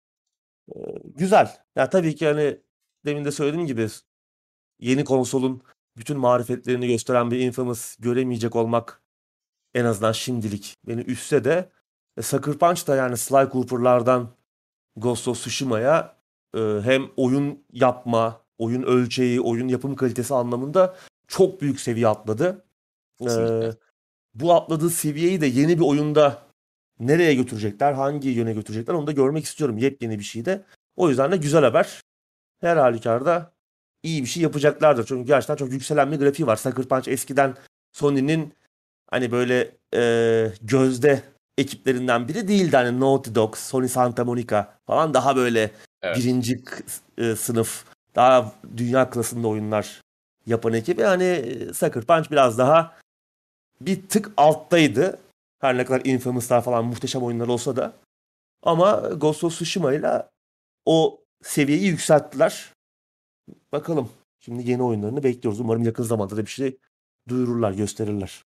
Güzel. Ya tabii ki hani demin de söylediğim gibi yeni konsolun bütün marifetlerini gösteren bir Infamous göremeyecek olmak en azından şimdilik beni üstse de, e, Sucker Punch da yani Sly Cooper'lardan Ghost of Tsushima'ya e, hem oyun yapma, oyun ölçeği, oyun yapım kalitesi anlamında çok büyük seviye atladı. E, Kesinlikle. bu atladığı seviyeyi de yeni bir oyunda nereye götürecekler, hangi yöne götürecekler onu da görmek istiyorum. Yepyeni bir şey de. O yüzden de güzel haber. Her halükarda iyi bir şey yapacaklardır. Çünkü gerçekten çok yükselen bir grafiği var. Sucker Punch eskiden Sony'nin hani böyle e, gözde ekiplerinden biri değildi. Hani Naughty Dog, Sony Santa Monica falan daha böyle Evet. birinci k- e, sınıf, daha dünya klasında oyunlar yapan ekip. Yani e, Sucker Punch biraz daha bir tık alttaydı. Her ne kadar Infamous'lar falan muhteşem oyunlar olsa da. Ama Ghost of Tsushima ile o seviyeyi yükselttiler. Bakalım. Şimdi yeni oyunlarını bekliyoruz. Umarım yakın zamanda da bir şey duyururlar, gösterirler.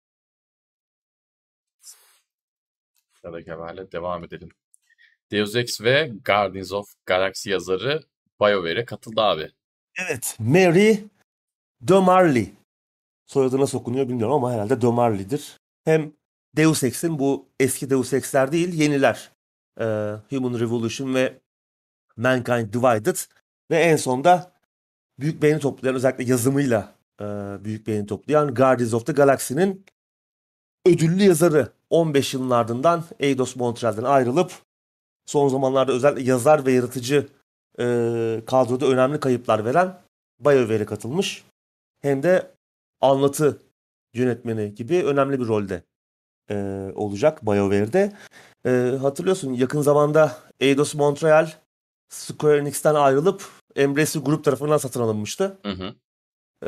Sıradaki haberle devam edelim. Deus Ex ve Guardians of Galaxy yazarı BioWare'e katıldı abi. Evet, Mary DeMarly. Soyadı nasıl okunuyor bilmiyorum ama herhalde DeMarly'dir. Hem Deus Ex'in, bu eski Deus Ex'ler değil, yeniler. Ee, Human Revolution ve Mankind Divided. Ve en sonda büyük beğeni toplayan, özellikle yazımıyla e, büyük beğeni toplayan Guardians of the Galaxy'nin ödüllü yazarı. on beş yılın ardından Eidos Montreal'den ayrılıp son zamanlarda özellikle yazar ve yaratıcı e, kadroda önemli kayıplar veren BioWare'e katılmış. Hem de anlatı yönetmeni gibi önemli bir rolde e, olacak BioWare'de. E, hatırlıyorsun, yakın zamanda Eidos Montreal Square Enix'ten ayrılıp Embracer Group tarafından satın alınmıştı. Hı hı. E,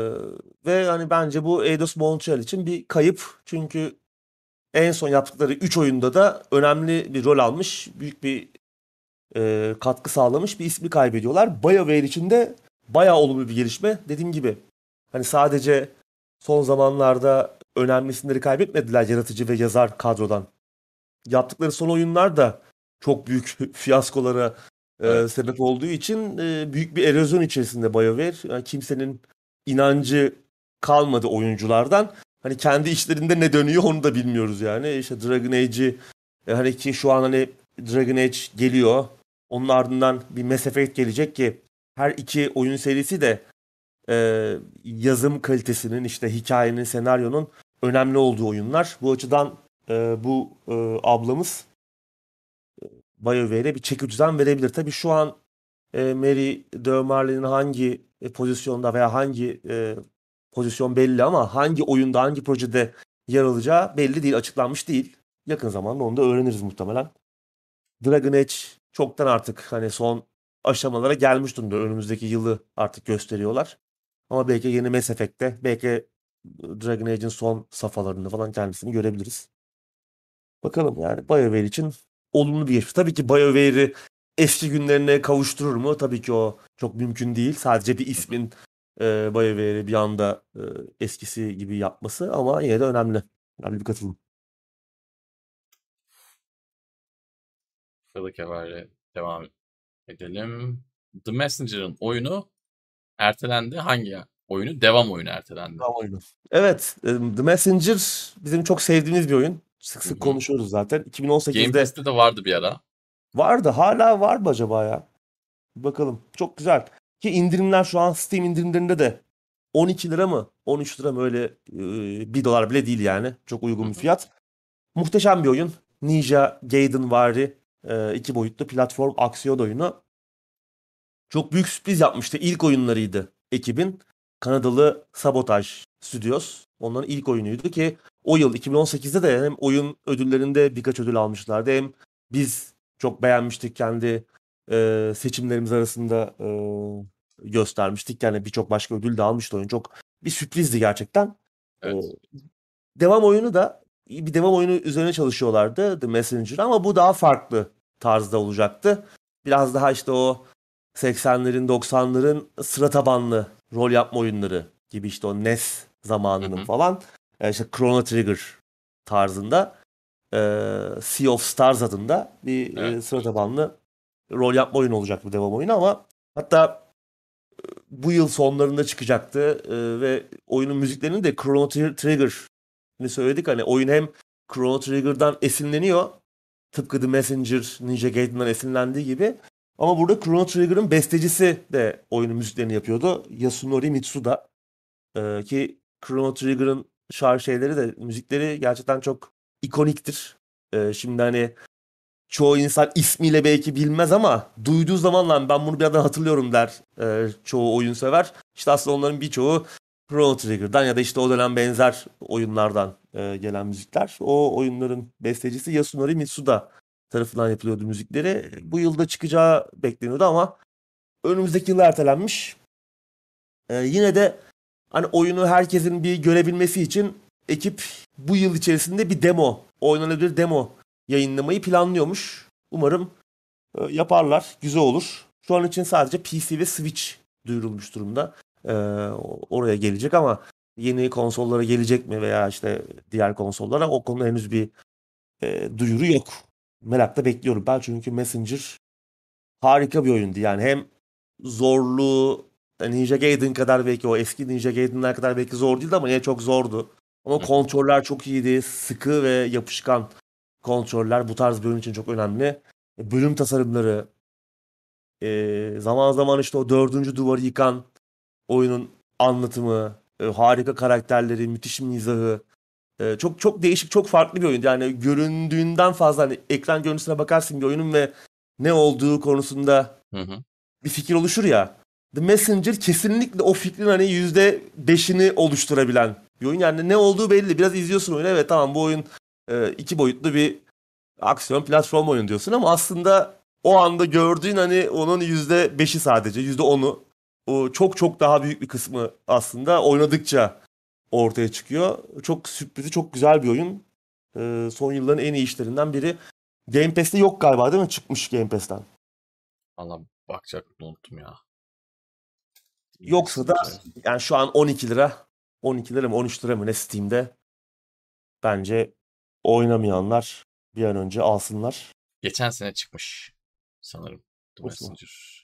ve hani bence bu Eidos Montreal için bir kayıp. Çünkü en son yaptıkları üç oyunda da önemli bir rol almış, büyük bir e, katkı sağlamış bir ismi kaybediyorlar. BioWare için de bayağı olumlu bir gelişme. Dediğim gibi hani sadece son zamanlarda önemli isimleri kaybetmediler yaratıcı ve yazar kadrodan. Yaptıkları son oyunlar da çok büyük fiyaskolara e, Evet. sebep olduğu için e, büyük bir erozyon içerisinde BioWare. Yani kimsenin inancı kalmadı oyunculardan. Hani kendi işlerinde ne dönüyor onu da bilmiyoruz yani. İşte Dragon Age'i, e, hani ki şu an hani Dragon Age geliyor. Onun ardından bir Mass Effect gelecek ki her iki oyun serisi de e, yazım kalitesinin, işte hikayenin, senaryonun önemli olduğu oyunlar. Bu açıdan e, bu e, ablamız BioWare'e bir çeki düzen verebilir. Tabii şu an e, Mary Dömerli'nin hangi e, pozisyonda veya hangi e, pozisyon belli ama hangi oyunda, hangi projede yer alacağı belli değil, açıklanmış değil. Yakın zamanda onu da öğreniriz muhtemelen. Dragon Age çoktan artık hani son aşamalara gelmiş durumda. Önümüzdeki yılı artık gösteriyorlar. Ama belki yeni Mass Effect'te, belki Dragon Age'in son safhalarında falan kendisini görebiliriz. Bakalım yani BioWare için olumlu bir geçmiş. Tabii ki BioWare'i eski günlerine kavuşturur mu? Tabii ki o çok mümkün değil. Sadece bir ismin e, BioWare'i bir anda e, eskisi gibi yapması, ama yine de önemli. Önemli bir katılım. Sıradaki haberle devam edelim. The Messenger'ın oyunu ertelendi. Hangi oyunu devam oyunu ertelendi. Devam oyunu. Evet, e, The Messenger bizim çok sevdiğimiz bir oyun. Sık Hı sık hı. konuşuyoruz zaten. Game iki bin on sekizde Pass'te de vardı bir ara. vardı. Hala var mı acaba ya? Bakalım. Çok güzel. Ki indirimler şu an Steam indirimlerinde de on iki lira mı? on üç lira mı öyle, e, bir dolar bile değil yani. Çok Hı uygun bir hı. fiyat. Muhteşem bir oyun. Ninja Gaiden vari e, iki boyutlu platform aksiyon oyunu. Çok büyük sürpriz yapmıştı. İlk oyunlarıydı ekibin. Kanadalı Sabotage Studios. Onların ilk oyunuydu ki o yıl iki bin on sekizde de hem oyun ödüllerinde birkaç ödül almışlardı, hem biz çok beğenmiştik, kendi e, seçimlerimiz arasında e, göstermiştik. Yani birçok başka ödül de almıştı oyun. Çok bir sürprizdi gerçekten. E, Evet. Devam oyunu da bir devam oyunu üzerine çalışıyorlardı, The Messenger, ama bu daha farklı tarzda olacaktı. Biraz daha işte o seksenlerin doksanların sıra tabanlı rol yapma oyunları gibi, işte o N E S Hı zamanının hı. falan, e, işte Chrono Trigger tarzında, e, Sea of Stars adında bir Evet. e, sıra tabanlı rol yapma oyunu olacak bu devam oyunu, ama hatta bu yıl sonlarında çıkacaktı, e, ve oyunun müziklerini de Chrono Trigger ne söyledik, hani oyun hem Chrono Trigger'dan esinleniyor. Tıpkı The Messenger, Ninja Gaiden'dan esinlendiği gibi. Ama burada Chrono Trigger'ın bestecisi de oyunun müziklerini yapıyordu. Yasunori Mitsuda. Ee, ki Chrono Trigger'ın şarkı şeyleri de, müzikleri gerçekten çok ikoniktir. Ee, şimdi hani çoğu insan ismiyle belki bilmez ama duyduğu zaman lan ben bunu bir yerden hatırlıyorum der e, çoğu oyun sever. İşte aslında onların birçoğu Chrono Trigger'dan ya da işte o dönem benzer oyunlardan e, gelen müzikler. O oyunların bestecisi Yasunori Mitsuda tarafından yapılıyordu müzikleri. Bu yılda çıkacağı bekleniyordu ama önümüzdeki yıl ertelenmiş. E, yine de hani oyunu herkesin bir görebilmesi için ekip bu yıl içerisinde bir demo, oynanabilir demo yayınlamayı planlıyormuş. Umarım e, yaparlar, güzel olur. Şu an için sadece P C ve Switch duyurulmuş durumda. E, oraya gelecek ama yeni konsollara gelecek mi veya işte diğer konsollara, o konuda henüz bir e, duyuru yok. Merakla bekliyorum ben, çünkü Messenger harika bir oyundu. Yani hem zorluğu, yani Ninja Gaiden kadar, belki o eski Ninja Gaiden'ler kadar belki zor değildi ama yine çok zordu. Ama Hı hı. kontroller çok iyiydi. Sıkı ve yapışkan kontroller bu tarz bir oyun için çok önemli. E, Bölüm tasarımları, e, zaman zaman işte o dördüncü duvarı yıkan oyunun anlatımı, e, harika karakterleri, müthiş mizahı. E, çok çok değişik, çok farklı bir oyun. Yani göründüğünden fazla, hani ekran görüntüsüne bakarsın bir oyunun ve ne olduğu konusunda Hı hı. bir fikir oluşur ya. The Messenger kesinlikle o fikrin hani yüzde beşini oluşturabilen bir oyun. Yani ne olduğu belli. Biraz izliyorsun oyunu. Evet, tamam, bu oyun e, iki boyutlu bir aksiyon platform oyun diyorsun ama aslında o anda gördüğün hani onun yüzde beşi sadece. Yüzde onu. O çok çok daha büyük bir kısmı aslında oynadıkça ortaya çıkıyor. Çok sürprizi, çok güzel bir oyun. E, son yılların en iyi işlerinden biri. Game Pass'te yok galiba, değil mi? Çıkmış Game Pass'ten. Allah, bakacaktım, unuttum ya. Yoksa da Messenger. yani şu an on iki lira, on iki lira mı on üç lira mı ne Steam'de, bence oynamayanlar bir an önce alsınlar. Geçen sene çıkmış sanırım The Olsun. Messenger.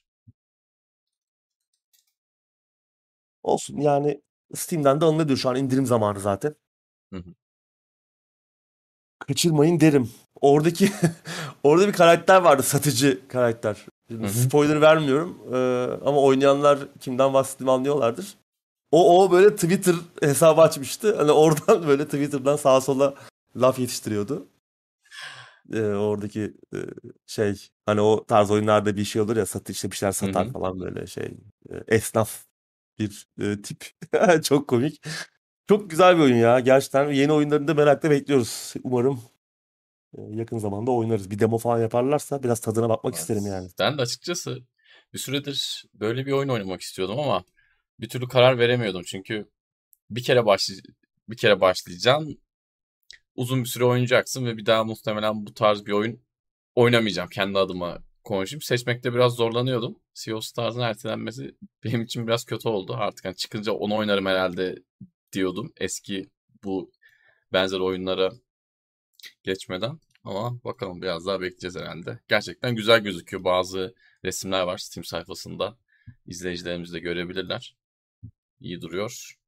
Olsun yani, Steam'den de alınabilir, şu an indirim zamanı zaten. Hı hı. Kaçırmayın derim. Oradaki orada bir karakter vardı, satıcı karakter. Hı Şimdi hı. spoiler vermiyorum, ee, ama oynayanlar kimden bahsettiğimi anlıyorlardır. O o böyle Twitter hesabı açmıştı. Hani oradan böyle Twitter'dan sağa sola laf yetiştiriyordu. Ee, oradaki e, şey, hani o tarz oyunlarda bir şey olur ya, satı işte bir şeyler Hı satar hı. falan, böyle şey, e, esnaf bir e, tip. Çok komik. Çok güzel bir oyun ya. Gerçekten yeni oyunlarını da merakla bekliyoruz. Umarım e, yakın zamanda oynarız. Bir demo falan yaparlarsa biraz tadına bakmak isterim Evet. yani. Ben de açıkçası bir süredir böyle bir oyun oynamak istiyordum ama bir türlü karar veremiyordum. Çünkü bir kere başlay bir kere başlayacaksın, uzun bir süre oynayacaksın ve bir daha muhtemelen bu tarz bir oyun oynamayacağım. Kendi adıma konuşayım. Seçmekte biraz zorlanıyordum. Sea of Stars'ın ertelenmesi benim için biraz kötü oldu. Artık hani çıkınca onu oynarım herhalde diyordum. Eski bu benzer oyunlara geçmeden. Ama bakalım, biraz daha bekleyeceğiz herhalde. Gerçekten güzel gözüküyor. Bazı resimler var Steam sayfasında. İzleyicilerimiz de görebilirler. iyi duruyor.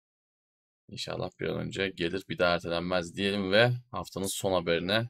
İnşallah bir an önce gelir, bir daha ertelenmez diyelim ve haftanın son haberine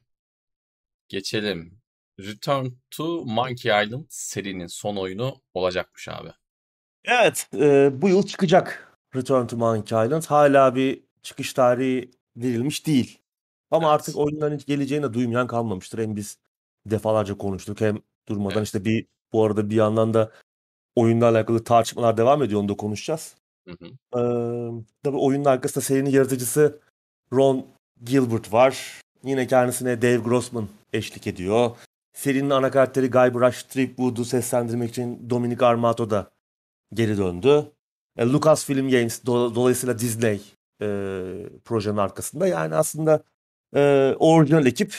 geçelim. Return to Monkey Island serinin son oyunu olacakmış abi. Evet, e, bu yıl çıkacak Return to Monkey Island. Hala bir çıkış tarihi verilmiş değil. Ama artık Evet. oyunların hiç geleceğini de duymayan kalmamıştır. Hem biz defalarca konuştuk hem durmadan Evet. işte bir bu arada bir yandan da oyunla alakalı tartışmalar devam ediyor. Onu da konuşacağız. Hı hı. Ee, tabii oyunun arkasında serinin yaratıcısı Ron Gilbert var. Yine kendisine Dave Grossman eşlik ediyor. Serinin ana karakteri Guybrush Threepwood'u seslendirmek için Dominic Armato da geri döndü. E, Lucasfilm Games do- dolayısıyla Disney e, projenin arkasında. Yani aslında e, orijinal ekip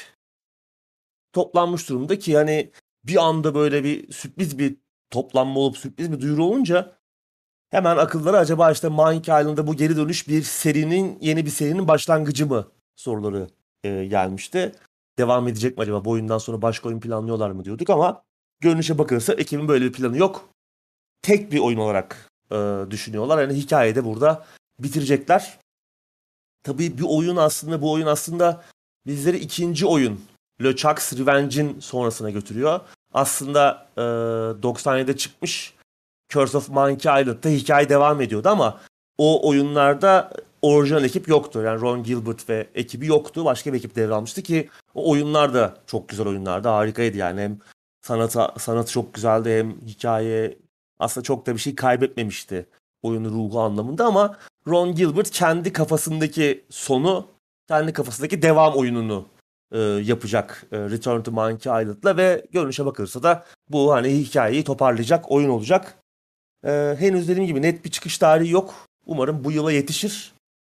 toplanmış durumda ki hani bir anda böyle bir sürpriz bir toplanma olup sürpriz bir duyuru olunca hemen akıllara acaba işte Monkey Island'da bu geri dönüş bir serinin yeni bir serinin başlangıcı mı soruları e, gelmişti. Devam edecek mi acaba? Bu oyundan sonra başka oyun planlıyorlar mı diyorduk ama görünüşe bakılırsa ekibin böyle bir planı yok. Tek bir oyun olarak e, düşünüyorlar. Yani hikayeyi de burada bitirecekler. Tabii bir oyun aslında bu oyun aslında bizleri ikinci oyun LeChuck's Revenge'in sonrasına götürüyor. Aslında e, doksan yedide çıkmış Curse of Monkey Island'da hikaye devam ediyordu ama o oyunlarda orijinal ekip yoktu. Yani Ron Gilbert ve ekibi yoktu. Başka bir ekip devralmıştı ki o oyunlar da çok güzel oyunlardı. Harikaydı yani. Hem sanatı, sanatı çok güzeldi hem hikaye aslında çok da bir şey kaybetmemişti oyunun ruhu anlamında ama Ron Gilbert kendi kafasındaki sonu, kendi kafasındaki devam oyununu e, yapacak e, Return to Monkey Island'la ve görünüşe bakılırsa da bu hani hikayeyi toparlayacak oyun olacak. Ee, henüz dediğim gibi net bir çıkış tarihi yok. Umarım bu yıla yetişir.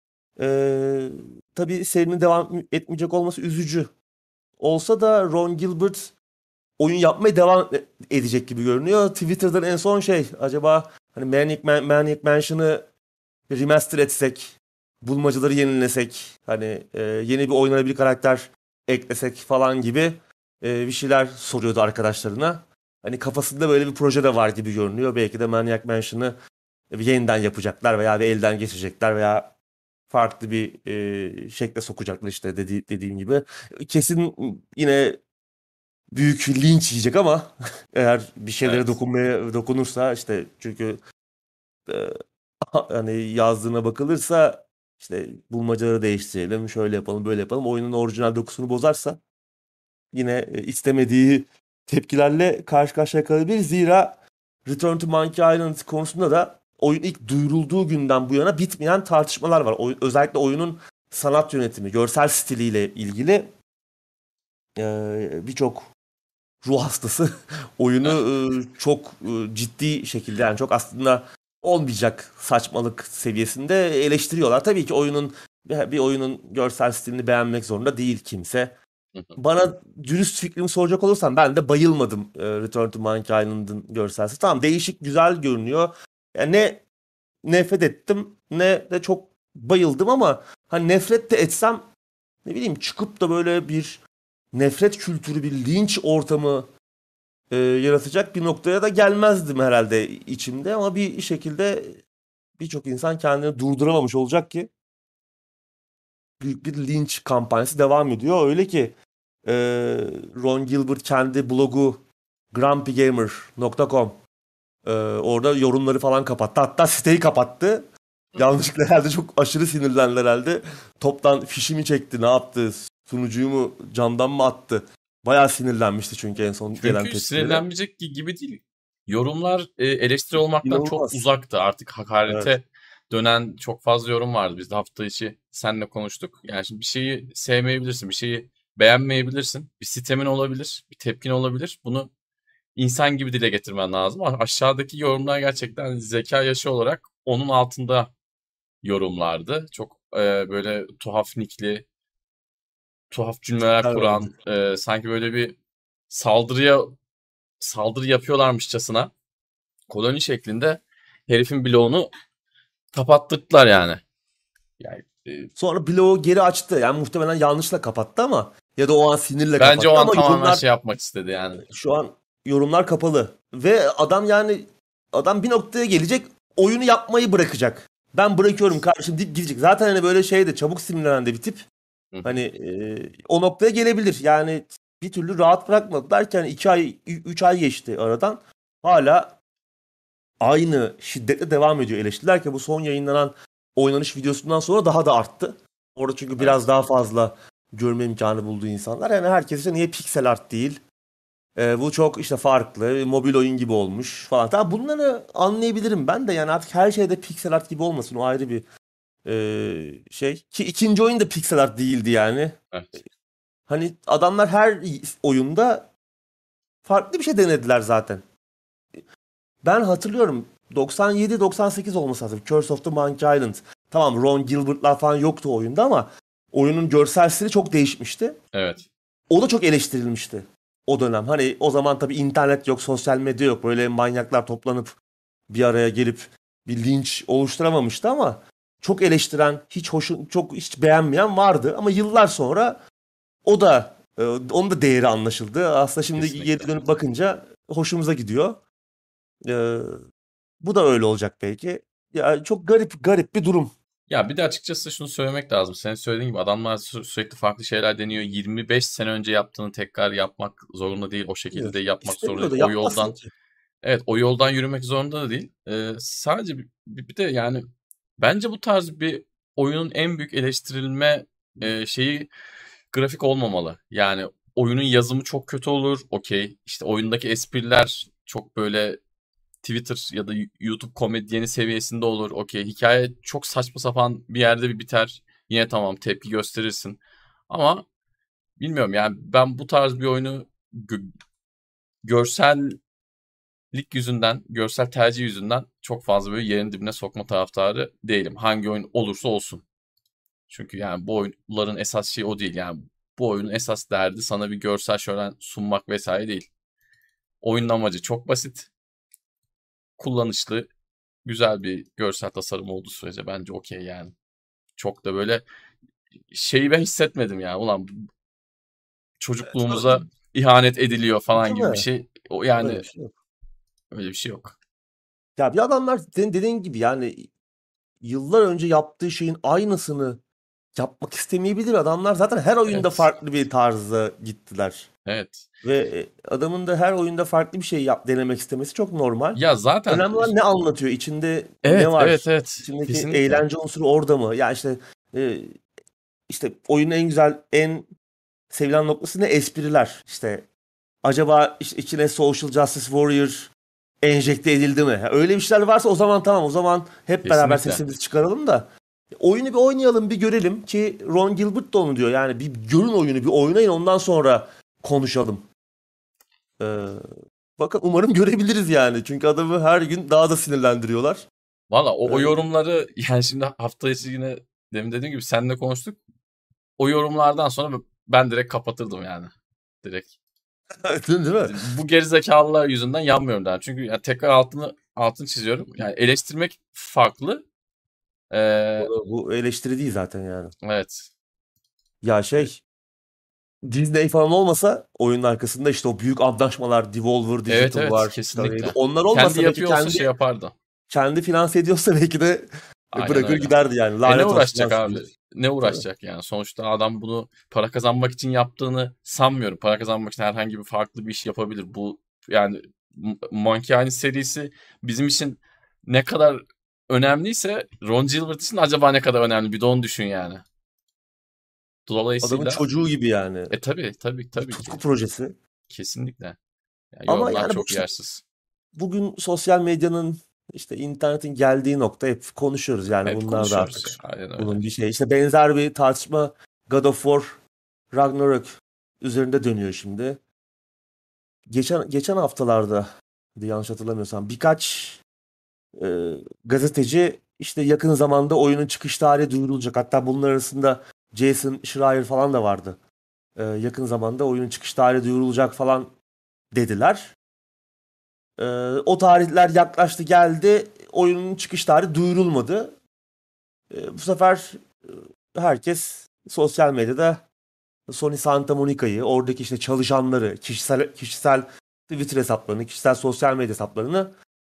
Ee, tabii serinin devam etmeyecek olması üzücü. Olsa da Ron Gilbert oyun yapmaya devam edecek gibi görünüyor. Twitter'dan en son şey acaba hani Maniac, Man- Maniac Mansion'ı remaster etsek, bulmacaları yenilesek, hani e, yeni bir oynanabilir karakter eklesek falan gibi e, bir şeyler soruyordu arkadaşlarına. Hani kafasında böyle bir proje de var gibi görünüyor. Belki de Maniac Mansion'ı yeniden yapacaklar veya bir elden geçirecekler veya farklı bir e, şekle sokacaklar işte dedi, dediğim gibi. Kesin yine büyük linç yiyecek ama eğer bir şeylere Evet. dokunmaya dokunursa işte çünkü e, hani yazdığına bakılırsa işte bulmacaları değiştirelim, şöyle yapalım, böyle yapalım. Oyunun orijinal dokusunu bozarsa yine e, istemediği tepkilerle karşı karşıya kalabilir. Zira Return to Monkey Island konusunda da oyun ilk duyurulduğu günden bu yana bitmeyen tartışmalar var. Oy- özellikle oyunun sanat yönetimi, görsel stiliyle ilgili e, birçok ruh hastası oyunu e, çok e, ciddi şekilde yani çok aslında olmayacak saçmalık seviyesinde eleştiriyorlar. Tabii ki oyunun bir oyunun görsel stilini beğenmek zorunda değil kimse. Bana dürüst fikrimi soracak olursan ben de bayılmadım e, Return to Monkey Island'ın görsel stili. Tamam değişik güzel görünüyor. Yani ne nefret ettim ne de çok bayıldım ama hani nefret de etsem ne bileyim çıkıp da böyle bir nefret kültürü bir linç ortamı e, yaratacak bir noktaya da gelmezdim herhalde içimde ama bir şekilde birçok insan kendini durduramamış olacak ki büyük bir linç kampanyası devam ediyor. Öyle ki e, Ron Gilbert kendi blogu grumpy gamer nokta com e, orada yorumları falan kapattı. Hatta siteyi kapattı. Yanlışlıkla herhalde çok aşırı sinirlendi herhalde. Toptan fişimi çekti ne yaptı? Sunucuyu mu camdan mı attı? Bayağı sinirlenmişti çünkü en son gelen Çünkü tepkileri. sinirlenmeyecek gi- gibi değil. Yorumlar e, eleştiri olmaktan çok İnanılmaz. uzaktı. Artık Evet. hakarete dönen çok fazla yorum vardı. Biz de hafta içi seninle konuştuk. Yani şimdi bir şeyi sevmeyebilirsin, bir şeyi beğenmeyebilirsin. Bir sitemin olabilir, bir tepkin olabilir. Bunu insan gibi dile getirmen lazım. Ama aşağıdaki yorumlar gerçekten zeka yaşı olarak onun altında yorumlardı. Çok e, böyle tuhaf nickli, tuhaf cümleler Tipler vardı. kuran, e, sanki böyle bir saldırıya saldırı yapıyorlarmışçasına koloni şeklinde herifin bloğunu kapattırdılar yani. Yani e, Sonra bloğu geri açtı. Yani muhtemelen yanlışla kapattı ama ya da o an sinirle bence o kapattı an ama tamamen yorumlar şey yapmak istedi yani. şu an yorumlar kapalı. Ve adam yani adam bir noktaya gelecek oyunu yapmayı bırakacak. Ben bırakıyorum kardeşim deyip gidecek. Zaten hani böyle şey de çabuk sinirlenen de bir tip. Hani e, o noktaya gelebilir. Yani bir türlü rahat bırakmadı derken iki ay, üç ay geçti aradan. Hala aynı şiddetle devam ediyor eleştiriler ki bu son yayınlanan oynanış videosundan sonra daha da arttı. Orada çünkü biraz Evet. daha fazla görme imkanı buldu insanlar. Yani herkes işte niye pixel art değil? Ee, bu çok işte farklı, mobil oyun gibi olmuş falan. Tamam, bunları anlayabilirim ben de, yani artık her şeyde pixel art gibi olmasın, o ayrı bir e, şey. Ki ikinci oyun da pixel art değildi yani. Evet. Hani adamlar her oyunda farklı bir şey denediler zaten. Ben hatırlıyorum, doksan yedi doksan sekiz olması lazım. Curse of the Monkey Island. Tamam, Ron Gilbert'lar falan yoktu oyunda ama oyunun görsel stili çok değişmişti. Evet. O da çok eleştirilmişti o dönem. Hani o zaman tabii internet yok, sosyal medya yok. Böyle manyaklar toplanıp bir araya gelip bir linç oluşturamamıştı ama çok eleştiren, hiç hoşun, çok hiç beğenmeyen vardı. Ama yıllar sonra o da e, onun da değeri anlaşıldı. Aslında şimdi geri Kesinlikle. dönüp bakınca hoşumuza gidiyor. E, Bu da öyle olacak belki. Ya çok garip garip bir durum. Ya bir de açıkçası şunu söylemek lazım. Senin söylediğin gibi adamlar sü- sürekli farklı şeyler deniyor. yirmi beş sene önce yaptığını tekrar yapmak zorunda değil. O şekilde de yapmak zorunda İstemiyor değil. da O yapmasın yoldan ki. evet o yoldan yürümek zorunda da değil. Ee, sadece bir, bir bir de yani bence bu tarz bir oyunun en büyük eleştirilme e, şeyi grafik olmamalı. Yani oyunun yazımı çok kötü olur. Okey. İşte oyundaki espriler çok böyle Twitter ya da YouTube komedyeni seviyesinde olur. Okey. Hikaye çok saçma sapan bir yerde bir biter. Yine tamam tepki gösterirsin. Ama bilmiyorum yani ben bu tarz bir oyunu gö- görsellik yüzünden, görsel tercih yüzünden çok fazla böyle yerin dibine sokma taraftarı değilim. Hangi oyun olursa olsun. Çünkü yani bu oyunların esas şeyi o değil. Yani bu oyunun esas derdi sana bir görsel şölen sunmak vesaire değil. Oyunun amacı çok basit. Kullanışlı, güzel bir görsel tasarım olduğu sürece bence okey yani. Çok da böyle şeyi ben hissetmedim ya. Ulan çocukluğumuza ihanet ediliyor falan Değil gibi bir mi? şey. O Öyle yani bir şey yok. öyle bir şey yok. Ya bir adamlar senin dediğin gibi yani yıllar önce yaptığı şeyin aynısını yapmak istemeyebilir adamlar. Zaten her oyunda Evet. farklı bir tarzda gittiler. Evet. Ve e, adamın da her oyunda farklı bir şey yap, denemek istemesi çok normal. Ya zaten Önemli olan ne anlatıyor, içinde ne evet evet var, evet. içindeki Kesinlikle. eğlence unsuru orada mı? Ya işte e, işte oyunun en güzel, en sevilen noktası ne? Espriler. İşte acaba iç- içine Social Justice Warrior enjekte edildi mi? Ha, öyle bir şeyler varsa o zaman tamam. O zaman hep beraber Kesinlikle. sesimizi çıkaralım da oyunu bir oynayalım, bir görelim ki Ron Gilbert da onu diyor. Yani bir görün oyunu, bir oynayın, ondan sonra konuşalım. Ee, Bakın umarım görebiliriz yani. Çünkü adamı her gün daha da sinirlendiriyorlar. Valla o, o Ee, yorumları yani şimdi hafta içi yine demin dediğim gibi seninle konuştuk. O yorumlardan sonra ben direkt kapatırdım yani. Direkt. değil mi? Bu gerizekalılar yüzünden yanmıyorum der. Çünkü yani tekrar altını altını çiziyorum. Yani eleştirmek farklı. Ee, Bu, bu eleştiri değil zaten yani. evet. Ya şey, Disney falan olmasa oyunun arkasında işte o büyük antlaşmalar, Devolver Evet Digital evet var. İşte neydi? kesinlikle. Onlar Kendi olmasa belki yapıyor olsa kendi şey yapardı. kendi finanse ediyorsa belki de Aynen bırakır öyle. giderdi yani. E ne Lanet olsun lan uğraşacak size. abi? Ne Tabii. uğraşacak yani? Sonuçta adam bunu para kazanmak için yaptığını sanmıyorum. Para kazanmak için herhangi bir farklı bir iş yapabilir. Bu yani M- Monkey Island serisi bizim için ne kadar önemliyse Ron Gilbert için acaba ne kadar önemli bir de onu düşün yani. Adamın Dolayısıyla çocuğu gibi yani. e tabii tabii Bir tabii ki. tutku projesi. Kesinlikle. Yani Ama yorumlar yani bu çok işte yersiz. bugün sosyal medyanın, işte internetin geldiği nokta, hep konuşuyoruz yani, Hep bunlar da konuşuyoruz ya. artık Aynen öyle. bunun bir şey. İşte benzer bir tartışma God of War Ragnarok üzerinde dönüyor şimdi. Geçen geçen haftalarda, yanlış hatırlamıyorsam, birkaç e, gazeteci işte yakın zamanda oyunun çıkış tarihi duyurulacak. Hatta bunlar arasında Jason Schreier falan da vardı. E, yakın zamanda oyunun çıkış tarihi duyurulacak falan dediler. E, O tarihler yaklaştı geldi. Oyunun çıkış tarihi duyurulmadı. E, bu sefer e, herkes sosyal medyada Sony Santa Monica'yı, oradaki işte çalışanları, kişisel kişisel Twitter hesaplarını, kişisel sosyal medya hesaplarını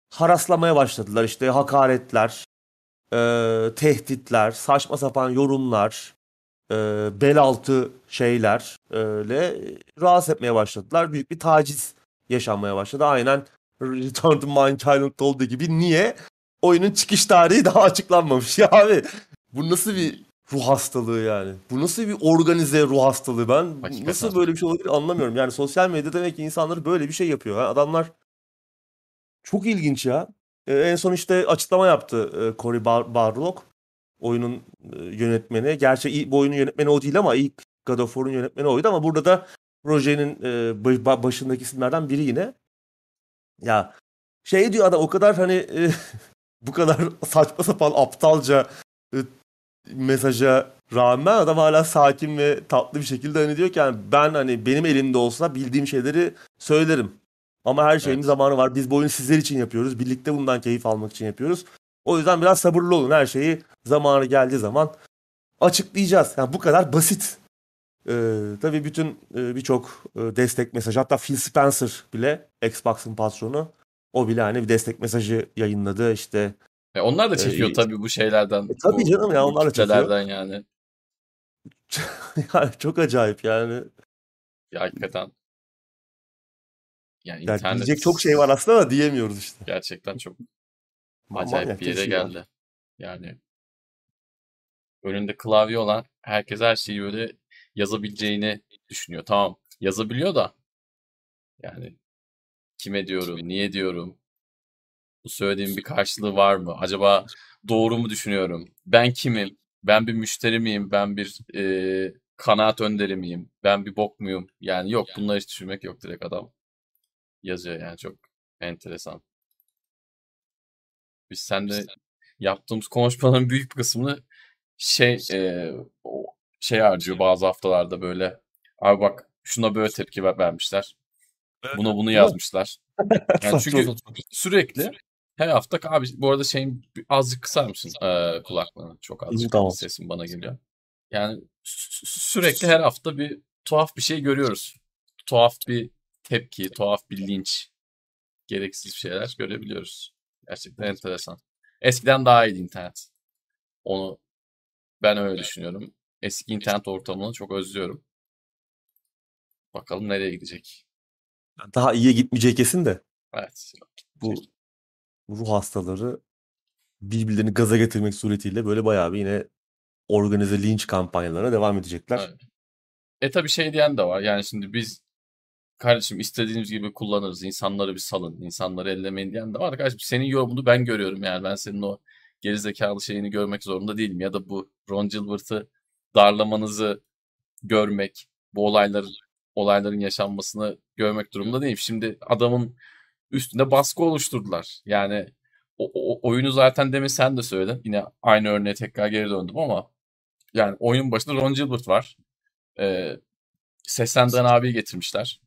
haraslamaya başladılar. İşte hakaretler, e, tehditler, saçma sapan yorumlar, e, bel altı şeylerle rahatsız etmeye başladılar. Büyük bir taciz yaşanmaya başladı. Aynen Return to Mind Childhood olduğu gibi. Niye? Oyunun çıkış tarihi daha açıklanmamış. Ya abi bu nasıl bir ruh hastalığı yani? Bu nasıl bir organize ruh hastalığı? Ben Hakikaten. nasıl böyle bir şey olabilir anlamıyorum. Yani sosyal medya demek ki insanları böyle bir şey yapıyor. Ha, adamlar çok ilginç ya. E, en son işte açıklama yaptı e, Cory Bar- Barlog, oyunun e, yönetmeni. Gerçi ilk- bu oyunun yönetmeni o değil ama ilk God of War'un yönetmeni oydu ama burada da projenin e, ba- başındaki isimlerden biri yine. Ya şey diyor adam o kadar hani e, bu kadar saçma sapan aptalca e, mesaja rağmen adam hala sakin ve tatlı bir şekilde hani diyor ki yani ben hani benim elimde olsa bildiğim şeyleri söylerim. Ama her şeyin bir Evet. zamanı var. Biz bu oyunu sizler için yapıyoruz. Birlikte bundan keyif almak için yapıyoruz. O yüzden biraz sabırlı olun. Her şeyi zamanı geldiği zaman açıklayacağız. Yani bu kadar basit. Ee, tabii bütün e, birçok e, destek mesajı hatta Phil Spencer bile Xbox'ın patronu o bile hani bir destek mesajı yayınladı işte. E onlar da E, çekiyor tabii bu şeylerden, e, tabii bu canım ya bu onlar da çekiyor. kitlelerden yani. Yani çok acayip yani. Ya hakikaten yani Yani internet diyecek çok şey var aslında ama diyemiyoruz işte. gerçekten çok Ma- acayip bir Manyakça bir yere şey ya. geldi. Yani önünde klavye olan herkes her şeyi böyle yazabileceğini düşünüyor. Tamam, yazabiliyor da yani kime diyorum, niye diyorum, bu söylediğim bir karşılığı var mı? Acaba doğru mu düşünüyorum? Ben kimim? Ben bir müşteri miyim? Ben bir e, kanaat önderi miyim? Ben bir bok muyum? Yani yok, bunları hiç düşünmek yok, direkt adam yazıyor yani, çok enteresan. Biz seninle yaptığımız konuşmaların büyük bir kısmını şey e, o şey harcıyor bazı haftalarda böyle. Abi bak şuna böyle tepki ver- vermişler. Evet, Buna evet. bunu Değil mi? yazmışlar. Yani Saçma çünkü saçma. sürekli her hafta abi bu arada şeyin azıcık kısar mısın e, kulaklığını? Çok İyi, azıcık tamam. sesim bana geliyor. Yani sü- sürekli her hafta bir tuhaf bir şey görüyoruz. Tuhaf bir tepki, tuhaf bir linç, gereksiz şeyler görebiliyoruz. Gerçekten enteresan. Eskiden daha iyiydi internet. Onu ben öyle düşünüyorum. Eski internet ortamını çok özlüyorum. Bakalım nereye gidecek. Daha iyiye gitmeyeceği kesin de Evet. bu ruh hastaları birbirlerini gaza getirmek suretiyle böyle bayağı bir yine organize linç kampanyalarına devam edecekler. Evet. E tabii şey diyen de var. Yani şimdi biz kardeşim istediğiniz gibi kullanırız. İnsanları bir salın. İnsanları ellemeyin diyen de var. Kardeşim senin yorumunu ben görüyorum yani. Ben senin o gerizekalı şeyini görmek zorunda değilim. Ya da bu Ron Gilbert'ı darlamanızı görmek, bu olayların olayların yaşanmasını görmek durumunda değilim. Şimdi adamın üstünde baskı oluşturdular. Yani o, o- oyunu zaten demin sen de söyledin. Yine aynı örneğe tekrar geri döndüm ama yani oyunun başında Ron Gilbert var. Ee, seslendiren abi getirmişler.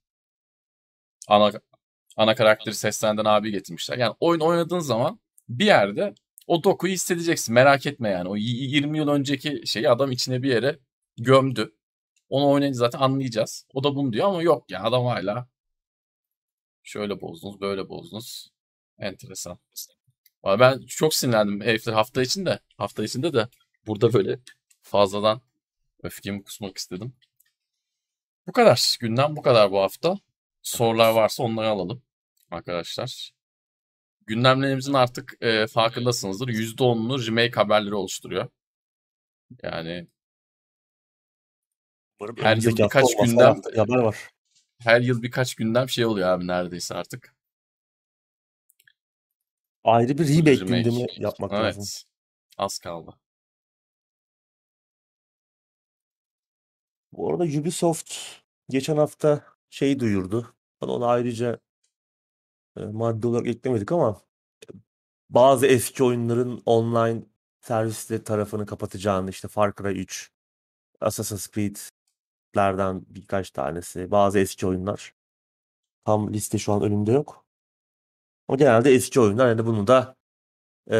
Ana ana karakteri seslendiren abi getirmişler. Yani oyun oynadığın zaman bir yerde o dokuyu hissedeceksin. Merak etme yani. O yirmi yıl önceki şeyi adam içine bir yere gömdü. Onu oynayınca zaten anlayacağız. O da bunu diyor ama yok ya, adam hala şöyle bozdunuz, böyle bozdunuz. Enteresan. Ama ben çok sinirlendim herifler hafta içinde. Hafta içinde de burada böyle fazladan öfkemi kusmak istedim. Bu kadar. Gündem bu kadar bu hafta. Sorular varsa onları alalım arkadaşlar. Gündemlerimizin artık e, farkındasınızdır. yüzde onunu remake haberleri oluşturuyor. Yani Umarım her yıl önümüzdeki hafta birkaç olmaz. Her gündem hafta bir haber var. her yıl birkaç gündem şey oluyor abi neredeyse artık. Ayrı bir remake Remake. gündemi yapmak lazım. Evet. Az kaldı. Bu arada Ubisoft geçen hafta şey duyurdu. Bana onu ayrıca e, madde olarak eklemedik ama bazı eski oyunların online servisleri tarafını kapatacağını işte Far Cry üç, Assassin's Creed'lerden birkaç tanesi, bazı eski oyunlar. Tam liste şu an önümde yok. Ama genelde eski oyunlar yani bunu da e,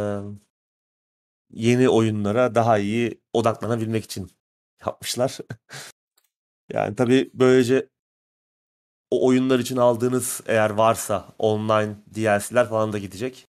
yeni oyunlara daha iyi odaklanabilmek için yapmışlar. Yani tabii böylece o oyunlar için aldığınız eğer varsa online D L C'ler falan da gidecek.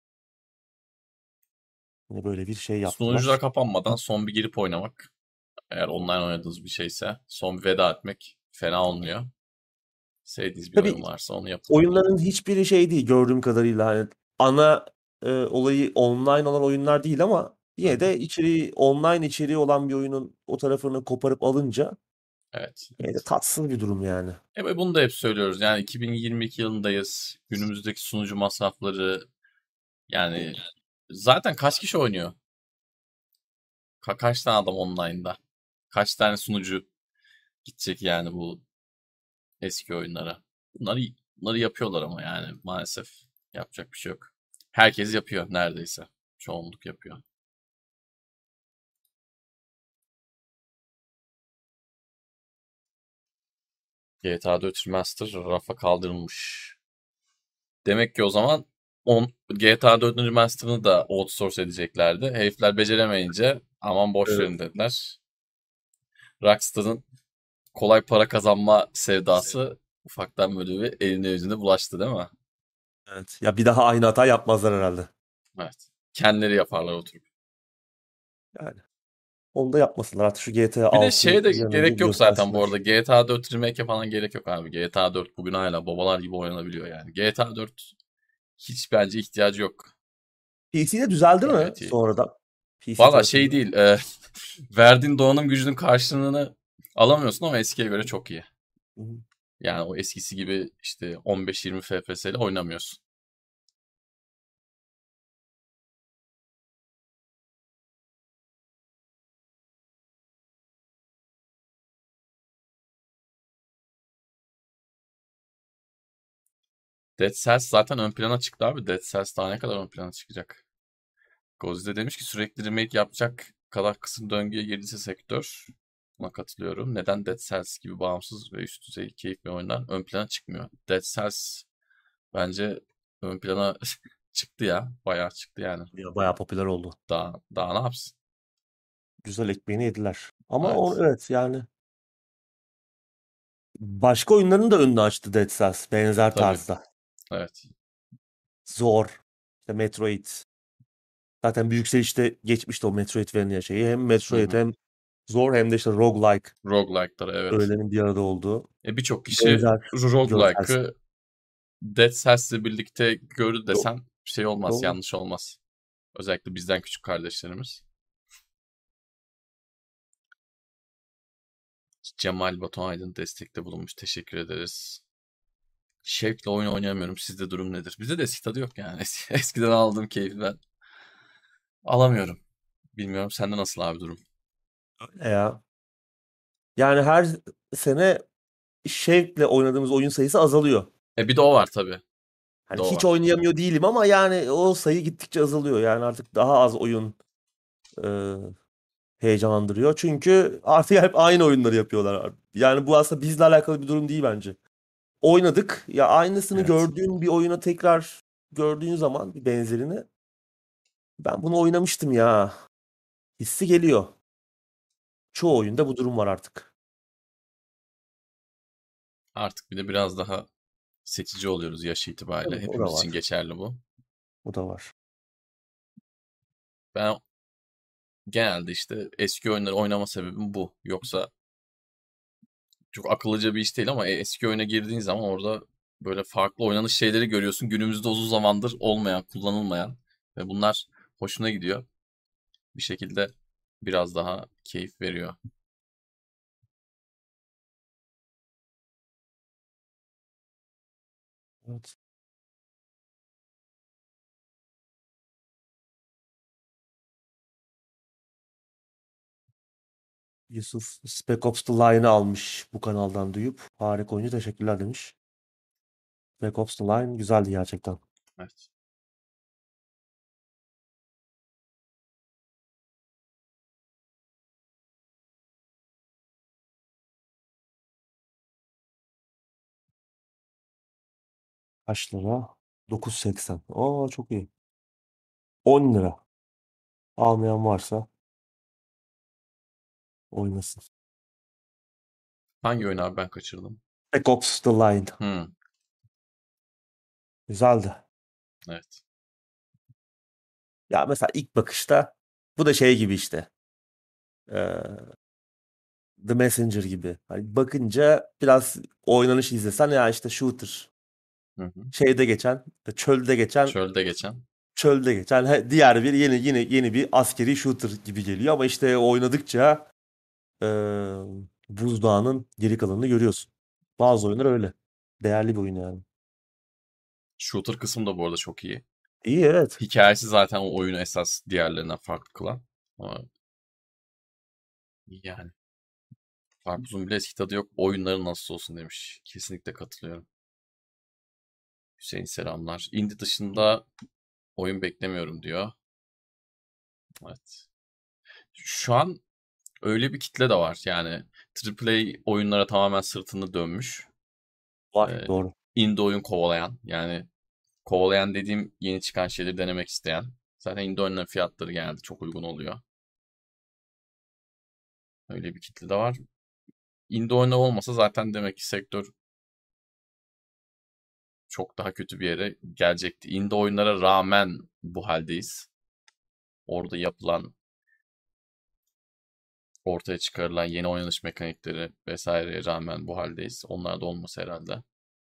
Yine böyle bir şey Sunucular yaptılar. kapanmadan son bir girip oynamak. Eğer online oynadığınız bir şeyse son bir veda etmek fena olmuyor. Sevdiğiniz bir oyun Tabii varsa onu yapın. oyunların hiçbiri şey değil gördüğüm kadarıyla. Hani ana e, olayı online olan oyunlar değil ama Hı yine hı. de içeriği online içeriği olan bir oyunun o tarafını koparıp alınca Evet, yine de evet. tatsız bir durum yani. E ve bunu da hep söylüyoruz. Yani iki bin yirmi iki yılındayız. Günümüzdeki sunucu masrafları yani zaten kaç kişi oynuyor? Ka- kaç tane adam online'da? Kaç tane sunucu gidecek yani bu eski oyunlara? Bunları bunları yapıyorlar ama yani maalesef yapacak bir şey yok. Herkes yapıyor neredeyse. Çoğunluk yapıyor. G T A dört Remaster rafa kaldırılmış. Demek ki o zaman on, G T A dört Remaster'ını da outsource edeceklerdi. Herifler beceremeyince aman boş Evet. verin dediler. Rockstar'ın kolay para kazanma sevdası ufaktan böyle bir eline yüzüne bulaştı değil mi? Evet. Ya bir daha aynı hata yapmazlar herhalde. Evet. Kendileri yaparlar oturup. Yani onu da yapmasınlar. Artık şu G T A Bir de altıyı şeye de bir an önce gerek bir yok zaten bu göstersinler. arada. G T A dört remake'e falan gerek yok abi. G T A dört bugün hala babalar gibi oynanabiliyor yani. G T A dört hiç bence ihtiyacı yok. P C'de düzeldi mi Gayet iyi. sonradan? P C Valla şey tarafında. değil. E, verdiğin donanım gücünün karşılığını alamıyorsun ama eskiye göre çok iyi. Hı hı. Yani o eskisi gibi işte on beş yirmi F P S ile oynamıyorsun. Dead Cells zaten ön plana çıktı abi. Dead Cells daha ne kadar ön plana çıkacak? Gozze demiş ki sürekli remake yapacak kadar kısım döngüye girdiyse sektör. Buna katılıyorum. Neden Dead Cells gibi bağımsız ve üst düzey keyifli oyunlar ön plana çıkmıyor? Dead Cells bence ön plana çıktı ya. Bayağı çıktı yani. Ya bayağı popüler oldu. Daha, daha ne yapsın? Güzel ekmeğini yediler. Ama o Evet. evet yani başka oyunların da önünü açtı Dead Cells benzer Tabii. tarzda. Evet. Zor. İşte Metroid. Zaten Büyüksel işte geçmişti o Metroidvania şeyi. Hem Hı Metroid hı. hem zor hem de işte roguelike Roguelike'ları evet. öğelerin bir arada olduğu E birçok kişi benzer görsel stil. roguelike'ı Dead Cells'le birlikte gördü Doğru. desen şey olmaz, Doğru. yanlış olmaz. Özellikle bizden küçük kardeşlerimiz. Cemal Batu Aydın destekte bulunmuş. Teşekkür ederiz. Şevkle oyun oynayamıyorum. Sizde durum nedir? Bizde de eski tadı yok yani. Es- Eskiden aldığım keyfi ben alamıyorum. Bilmiyorum sende nasıl abi durum? Öyle ya. Yani her sene şevkle oynadığımız oyun sayısı azalıyor. E bir de o var tabii. Bir de Hani o hiç var. oynayamıyor değilim ama yani o sayı gittikçe azalıyor. Yani artık daha az oyun e, heyecanlandırıyor. Çünkü artık hep aynı oyunları yapıyorlar. Yani bu aslında bizle alakalı bir durum değil bence. Oynadık. Ya aynısını Evet. gördüğün bir oyuna tekrar gördüğün zaman bir benzerini ben bunu oynamıştım ya hissi geliyor. Çoğu oyunda bu durum var artık. Artık bir de biraz daha seçici oluyoruz yaş itibariyle. Tabii o da Hepimiz için var. geçerli bu. O da var. Ben genelde işte eski oyunları oynama sebebim bu. Yoksa çok akıllıca bir iş değil ama e, eski oyuna girdiğin zaman orada böyle farklı oynanış şeyleri görüyorsun. Günümüzde uzun zamandır olmayan, kullanılmayan ve bunlar hoşuna gidiyor. Bir şekilde biraz daha keyif veriyor. Evet. Yusuf Spec Ops The Line'ı almış bu kanaldan duyup. Harika oyuncu teşekkürler demiş. Spec Ops The Line güzeldi gerçekten. Evet. Kaç lira? dokuz seksen. Aa çok iyi. on lira. Almayan varsa oynasın. Hangi oyunu abi ben kaçırdım? Black Ops The Line. Hmm, Güzeldi. evet. Ya mesela ilk bakışta bu da şey gibi işte. Ee, The Messenger gibi. Hani bakınca biraz oynanış izlesen ya işte shooter. Hı hı. Şeyde geçen, çölde geçen, Çölde geçen. çölde geçen he- diğer bir yeni yine yeni bir askeri shooter gibi geliyor ama işte oynadıkça ee, buzdağının geri kalanını görüyorsun. Bazı oyunlar öyle. Değerli bir oyun yani. Shooter kısmı da bu arada çok iyi. İyi, evet. Hikayesi zaten o oyunu esas diğerlerinden farklı kılan. Ama yani karpuzun bile eski tadı yok. Oyunları nasıl olsun demiş. Kesinlikle katılıyorum. Hüseyin selamlar. Indie dışında oyun beklemiyorum diyor. Evet. Şu an öyle bir kitle de var. Yani Triple A oyunlara tamamen sırtını dönmüş. Var, Ee, doğru. indie oyun kovalayan. Yani kovalayan dediğim yeni çıkan şeyleri denemek isteyen. Zaten indie oyunların fiyatları genelde çok uygun oluyor. Öyle bir kitle de var. Indie oyunu olmasa zaten demek ki sektör çok daha kötü bir yere gelecekti. Indie oyunlara rağmen bu haldeyiz. Orada yapılan, ortaya çıkarılan yeni oynanış mekanikleri vesaireye rağmen bu haldeyiz. Onlar da olmasa herhalde.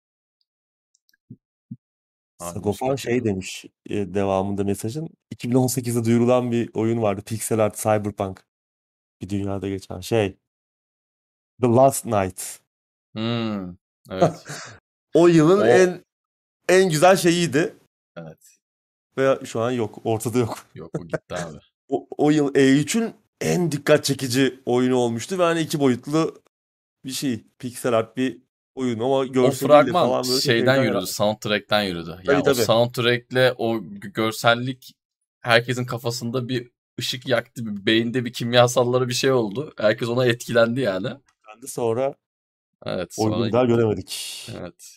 Abimiz Sagopan şey katıldı. demiş e, devamında mesajın. iki bin on sekizde duyurulan bir oyun vardı. Pixel art cyberpunk. Bir dünyada geçen şey. The Last Night. Hmm, evet. O yılın O, en en güzel şeyiydi. evet. Ve şu an yok. Ortada yok. Yok o gitti abi. O, o yıl E üçün en dikkat çekici oyunu olmuştu. Ve hani iki boyutlu bir şey. Pixel art bir oyun ama O görseliyle fragman falan böyle çok şeyden heyecan yürüdü, yaratmış. soundtrack'ten yürüdü. Yani Tabii, o tabii. soundtrack'le o g- görsellik herkesin kafasında bir ışık yaktı. Bir beyinde bir kimyasalları bir şey oldu. Herkes ona etkilendi yani. Ben de sonra Evet, oyunu sonra bir daha gitti. göremedik. Evet.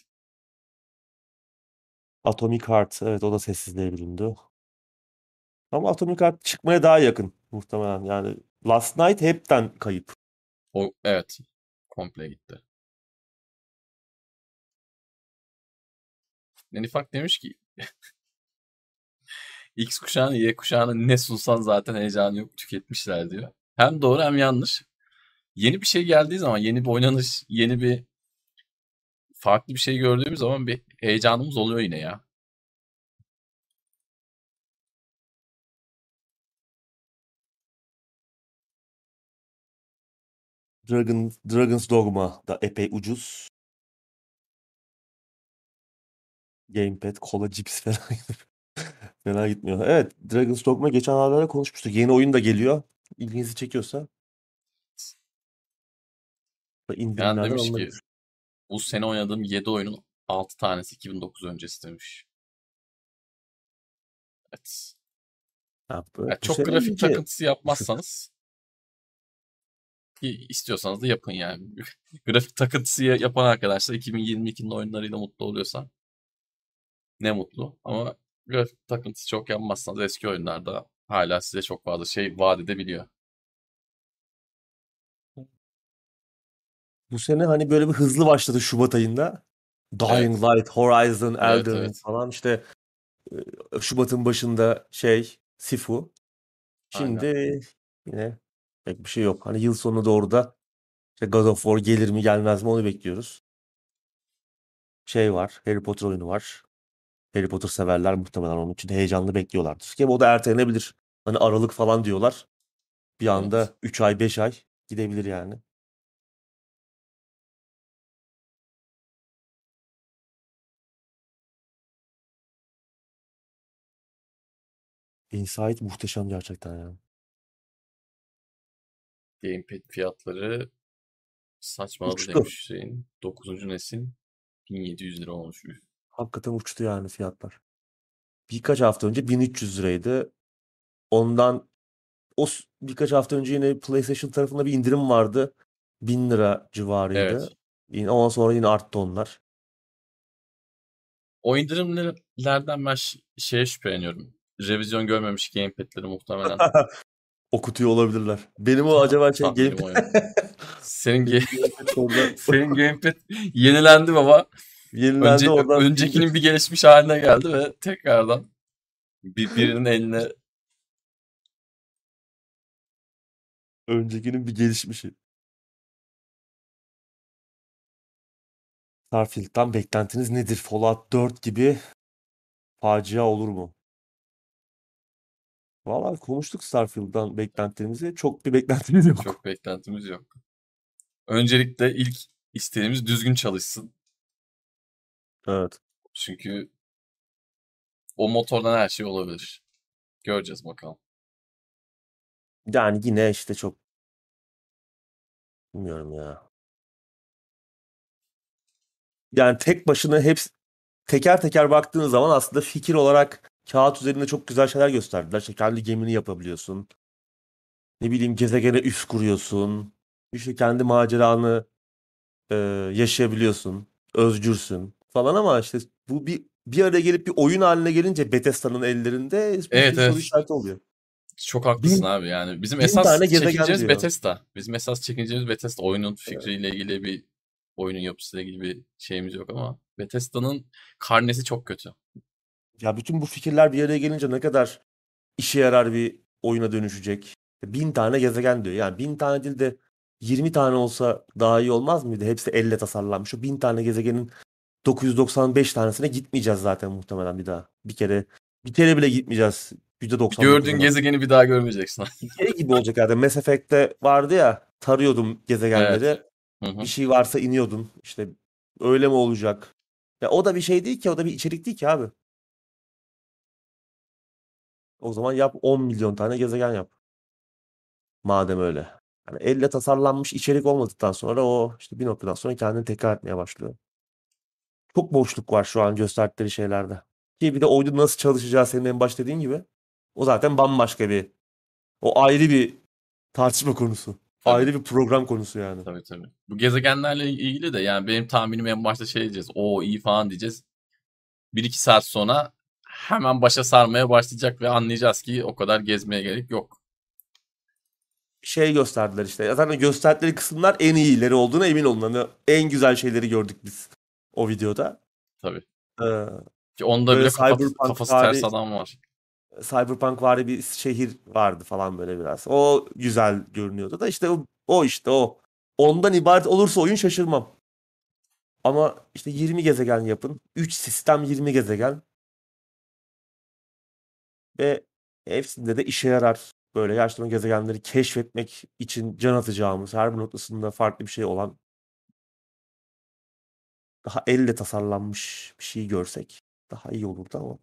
Atomic Heart. Evet, o da sessizliğe büründü. Ama Atomic Heart çıkmaya daha yakın muhtemelen. Yani Last Night hepten kayıp. O evet. Komple gitti. Nenifak demiş ki X kuşağını Y kuşağını ne sunsan zaten heyecanı yok tüketmişler diyor. Hem doğru hem yanlış. Yeni bir şey geldiği zaman yeni bir oynanış, yeni bir farklı bir şey gördüğümüz zaman bir heyecanımız oluyor yine ya. Dragon, Dragon's Dogma da epey ucuz. Gamepad, kola, cips falan fena gitmiyor. Evet, Dragon's Dogma geçen haftalarda konuşmuştuk. Yeni oyun da geliyor. İlginizi çekiyorsa Yani indirimlerden demiş ki alınabilir. bu sene oynadığım yedi oyunun altı tanesi iki bin dokuz öncesi demiş. Evet. Ha, bu, Yani bu çok sene grafik iyice takıntısı yapmazsanız ki istiyorsanız da yapın yani. Grafik takıntısı yapan arkadaşlar iki bin yirmi ikinin oyunlarıyla mutlu oluyorsa ne mutlu. Ama grafik takıntısı çok yapmazsanız eski oyunlarda hala size çok fazla şey vaat edebiliyor. bu sene hani böyle bir hızlı başladı Şubat ayında. Dying Evet. Light, Horizon, Evet Elden Ring evet. falan işte e, Şubat'ın başında şey Sifu. Şimdi Aynen. yine pek bir şey yok. Hani yıl sonuna doğru da işte God of War gelir mi gelmez mi onu bekliyoruz. Şey var, Harry Potter oyunu var. Harry Potter severler muhtemelen onun için heyecanlı bekliyorlardır. Ki o da ertelenebilir. Hani Aralık falan diyorlar. Bir Evet. anda üç ay beş ay gidebilir yani. Inside muhteşem gerçekten yani. Gamepad fiyatları saçmaladı Uçtu. demiş Hüseyin. dokuzuncu nesil bin yedi yüz lira olmuş. Üf. Hakikaten uçtu yani fiyatlar. Birkaç hafta önce bin üç yüz liraydı. Ondan o s- birkaç hafta önce yine PlayStation tarafında bir indirim vardı. bin lira Evet. civarıydı. Yine, ondan sonra yine arttı onlar. O indirimlerden ben ş- şeye şüpheleniyorum. Revizyon görmemiş gamepad'leri muhtemelen okutuyor olabilirler. Benim o Ta- acaba şey tahminim gamepad o yönde. Senin benim ge- gamepad orada senin gamepad yenilendi ama yenilendi önce oradan sildi. öncekinin bir gelişmiş haline geldi ve tekrardan bir, birinin eline. Öncekinin bir gelişmişi. Starfield'dan beklentiniz nedir? Fallout dört gibi facia olur mu? Vallahi konuştuk Starfield'dan beklentilerimizi. Çok bir beklentimiz yok. Çok beklentimiz yok. Öncelikle ilk isteğimiz düzgün çalışsın. Evet. Çünkü o motordan her şey olabilir. Göreceğiz bakalım. Yani yine işte çok bilmiyorum ya. Yani tek başına hepsi teker teker baktığın zaman aslında fikir olarak kağıt üzerinde çok güzel şeyler gösterdiler. İşte kendi gemini yapabiliyorsun. Ne bileyim gezegene üs kuruyorsun. İşte kendi maceranı e, yaşayabiliyorsun. Özgürsün falan ama işte bu bir bir araya gelip bir oyun haline gelince Bethesda'nın ellerinde bir Evet, sürü soru evet. işareti oluyor. Çok haklısın Bin, abi yani. Bizim bin tane esas gezegen çekincemiz diyor. Bethesda. Bizim esas çekincemiz Bethesda. Oyunun Evet. fikriyle ilgili bir oyunun yapısıyla ilgili bir şeyimiz yok ama Bethesda'nın karnesi çok kötü. Ya bütün bu fikirler bir araya gelince ne kadar işe yarar bir oyuna dönüşecek. Bin tane gezegen diyor. Yani bin tane değil de yirmi tane olsa daha iyi olmaz mıydı? Hepsi elle tasarlanmış. O bin tane gezegenin dokuz yüz doksan beş tanesine gitmeyeceğiz zaten muhtemelen bir daha. Bir kere bir kere bile gitmeyeceğiz. Bir gördüğün yüzde doksan dokuzuna. gezegeni bir daha görmeyeceksin. Şey gibi olacak herhalde. Mass Effect'te vardı ya, tarıyordum Evet. gezegenleri. Hı Bir hı. şey varsa iniyordun. İşte öyle mi olacak? Ya o da bir şey değil ki. O da bir içerik değil ki abi. O zaman yap on milyon tane gezegen yap. Madem öyle. Yani elle tasarlanmış içerik olmadıktan sonra o işte bir noktadan sonra kendini tekrar etmeye başlıyor. Çok boşluk var şu an gösterdikleri şeylerde. Ki bir de oyunun nasıl çalışacağı senin en başta dediğin gibi. O zaten bambaşka bir, o ayrı bir tartışma konusu. Tabii. Ayrı bir program konusu yani. Tabii, tabii. Bu gezegenlerle ilgili de yani benim tahminim en başta şey diyeceğiz. O iyi falan diyeceğiz. Bir iki saat sonra hemen başa sarmaya başlayacak ve anlayacağız ki o kadar gezmeye gerek yok. Şey gösterdiler işte. Zaten gösterdikleri kısımlar en iyileri olduğuna emin olun. Hani en güzel şeyleri gördük biz o videoda. Tabii. Ee, Ki onda böyle bile kafası, Cyberpunk kafası ters vari adam var. Cyberpunk vari bir şehir vardı falan böyle biraz. O güzel görünüyordu da işte o, o işte o. Ondan ibaret olursa oyun şaşırmam. Ama işte yirmi gezegen yapın. üç sistem yirmi gezegen ve hepsinde de işe yarar. Böyle gerçekten o gezegenleri keşfetmek için can atacağımız, her bir noktasında farklı bir şey olan, daha elle tasarlanmış bir şey görsek daha iyi olurdu ama.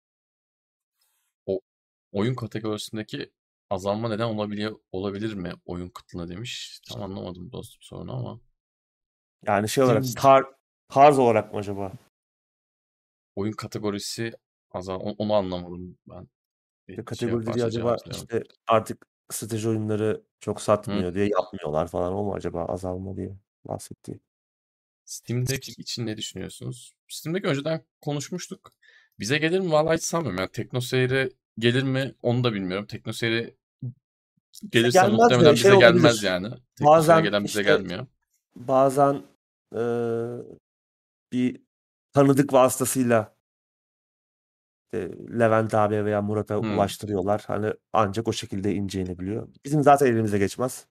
O oyun kategorisindeki azalma neden olabiliyor, olabilir mi oyun kıtlığına demiş. Tam anlamadım dostum sorunu ama. Yani şey olarak Steam tar tarz olarak mı acaba? oyun kategorisi azal o- onu anlamadım ben. Bir İşte şey kategori dediği yaparsa acaba cevaplayalım. işte artık strateji oyunları çok Hı. satmıyor diye yapmıyorlar falan, o mu acaba azalma diye bahsettiği. Steam Deck için ne düşünüyorsunuz? Steam Deck önceden konuşmuştuk. Bize gelir mi? Vallahi hiç sanmıyorum. Yani Tekno Seyir'e gelir mi? Onu da bilmiyorum. Tekno Seyir'e Bize gelirse gelmez de muhtemelen şey bize gelmez olabilir. yani. Tekno Seyir'e Bazen gelen bize işte gelmiyor. bazen eee, bir tanıdık vasıtasıyla işte Levent abi veya Murat'a Hı. ulaştırıyorlar. Hani ancak o şekilde incelenebiliyor. Bizim zaten elimize geçmez.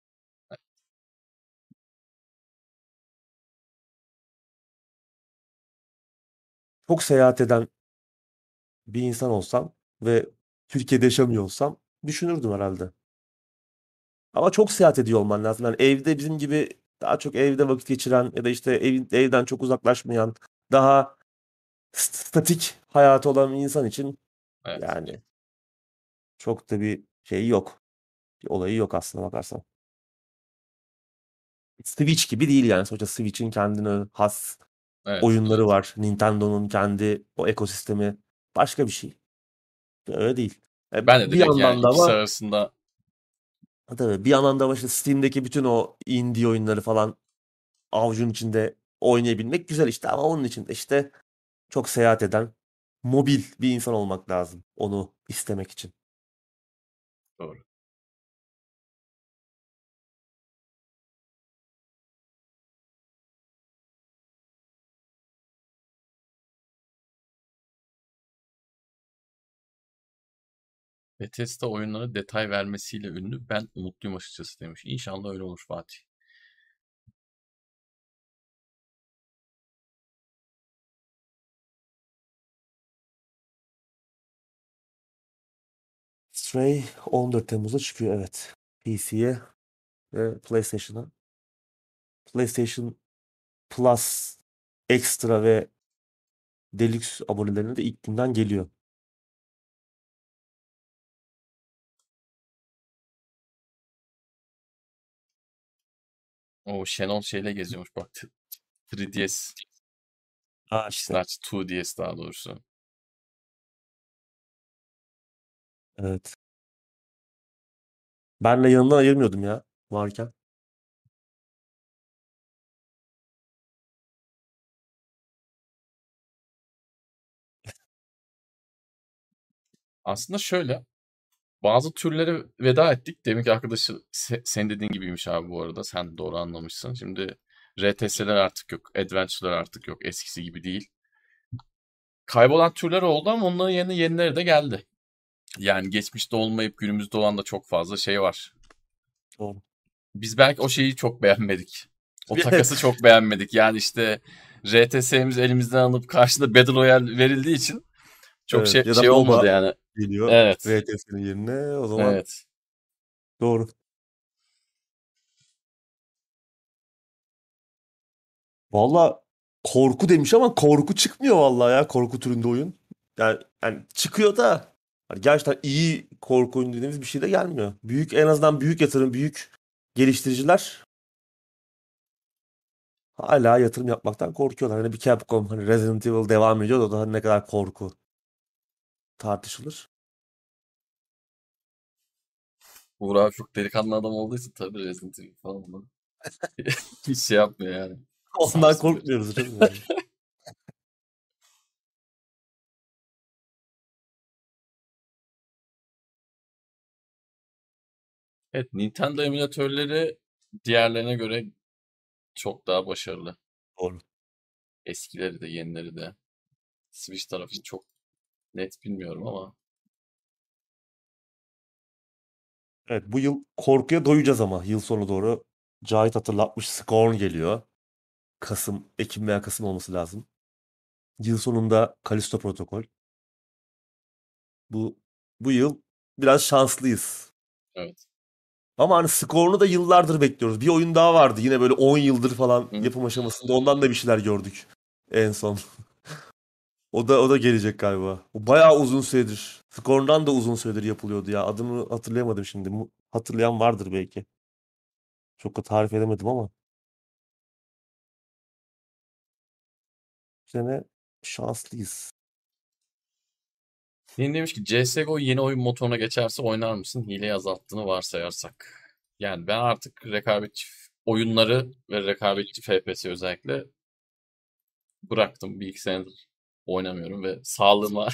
Çok seyahat eden bir insan olsam ve Türkiye'de yaşamıyor olsam düşünürdüm herhalde. Ama çok seyahat ediyor olman lazım. Yani evde bizim gibi daha çok evde vakit geçiren ya da işte evin, evden çok uzaklaşmayan, daha statik hayatı olan bir insan için Evet. yani çok da bir şey yok. Bir olayı yok aslına bakarsan. Switch gibi değil yani. Sonuçta Switch'in kendine has Evet. oyunları var. Nintendo'nun kendi o ekosistemi başka bir şey. Öyle değil. E, Ben de bir direkt yani yandan da ikisi ama arasında tabii bir yandan da ama işte Steam'deki bütün o indie oyunları falan avucun içinde oynayabilmek güzel işte, ama onun için de işte çok seyahat eden mobil bir insan olmak lazım onu istemek için. doğru. Bethesda oyunlara detay vermesiyle ünlü. Ben umutluyum açıkçası demiş. İnşallah öyle olur Fatih. Stray on dört Temmuz'da çıkıyor evet. P C'ye ve PlayStation'a. PlayStation Plus Extra ve Deluxe abonelerine de ilk günden geliyor. O Şenol şeyle geziyormuş bak. t- üç D S. Ha işte. Slash iki D S daha doğrusu. Evet. Ben de yanından ayırmıyordum ya varken. Aslında şöyle. Bazı türlere veda ettik. Deminki arkadaşı se- senin dediğin gibiymiş abi bu arada. Sen doğru anlamışsın. Şimdi R T S'ler artık yok. Adventure'lar artık yok. Eskisi gibi değil. Kaybolan türler oldu ama onların yerine yenileri de geldi. Yani geçmişte olmayıp günümüzde olan da çok fazla şey var. Doğru. Biz belki o şeyi çok beğenmedik. O takası çok beğenmedik. Yani işte R T S'miz elimizden alıp karşında Battle Royale verildiği için çok şey, Evet. Ya da şey olmadı MOBA yani. geliyor Evet. R T S'nin yerine. O zaman Evet. doğru. Valla korku demiş ama korku çıkmıyor vallahi ya korku türünde oyun. Yani, yani çıkıyor da hani gerçekten iyi korku oyunu dediğimiz bir şey de gelmiyor. Büyük en azından büyük yatırım, büyük geliştiriciler hala yatırım yapmaktan korkuyorlar. Hani bir Capcom hani Resident Evil devam ediyor da o da hani ne kadar korku tartışılır. Uğur abi çok delikanlı adam olduğu için tabii Resident Evil falan onu hiç şey yapmıyor yani. Ondan Sarsmıyor. korkmuyoruz canım yani. Evet, Nintendo emülatörleri diğerlerine göre çok daha başarılı. Doğru. Eskileri de yenileri de. Switch tarafını çok net bilmiyorum ama Evet bu yıl korkuya doyacağız ama yıl sonu doğru. Cahit hatırlatmış Scorn geliyor. Kasım, Ekim veya Kasım olması lazım. Yıl sonunda Callisto Protokol. Bu bu yıl biraz şanslıyız. evet. Ama hani Scorn'u da yıllardır bekliyoruz. Bir oyun daha vardı yine böyle on yıldır falan Hı? yapım aşamasında. Ondan da bir şeyler gördük en son. O da o da gelecek galiba. O bayağı uzun süredir. Scorn'dan da uzun süredir yapılıyordu ya. Adını hatırlayamadım şimdi. Mu- Hatırlayan vardır belki. Çok da tarif edemedim ama. Bu sene şanslıyız. Yeni demiş ki C S G O yeni oyun motoruna geçerse oynar mısın? Hileyi azalttığını varsayarsak. Yani ben artık rekabetçi oyunları ve rekabetçi F P S özellikle bıraktım. Bir iki senedir oynamıyorum ve sağlığıma,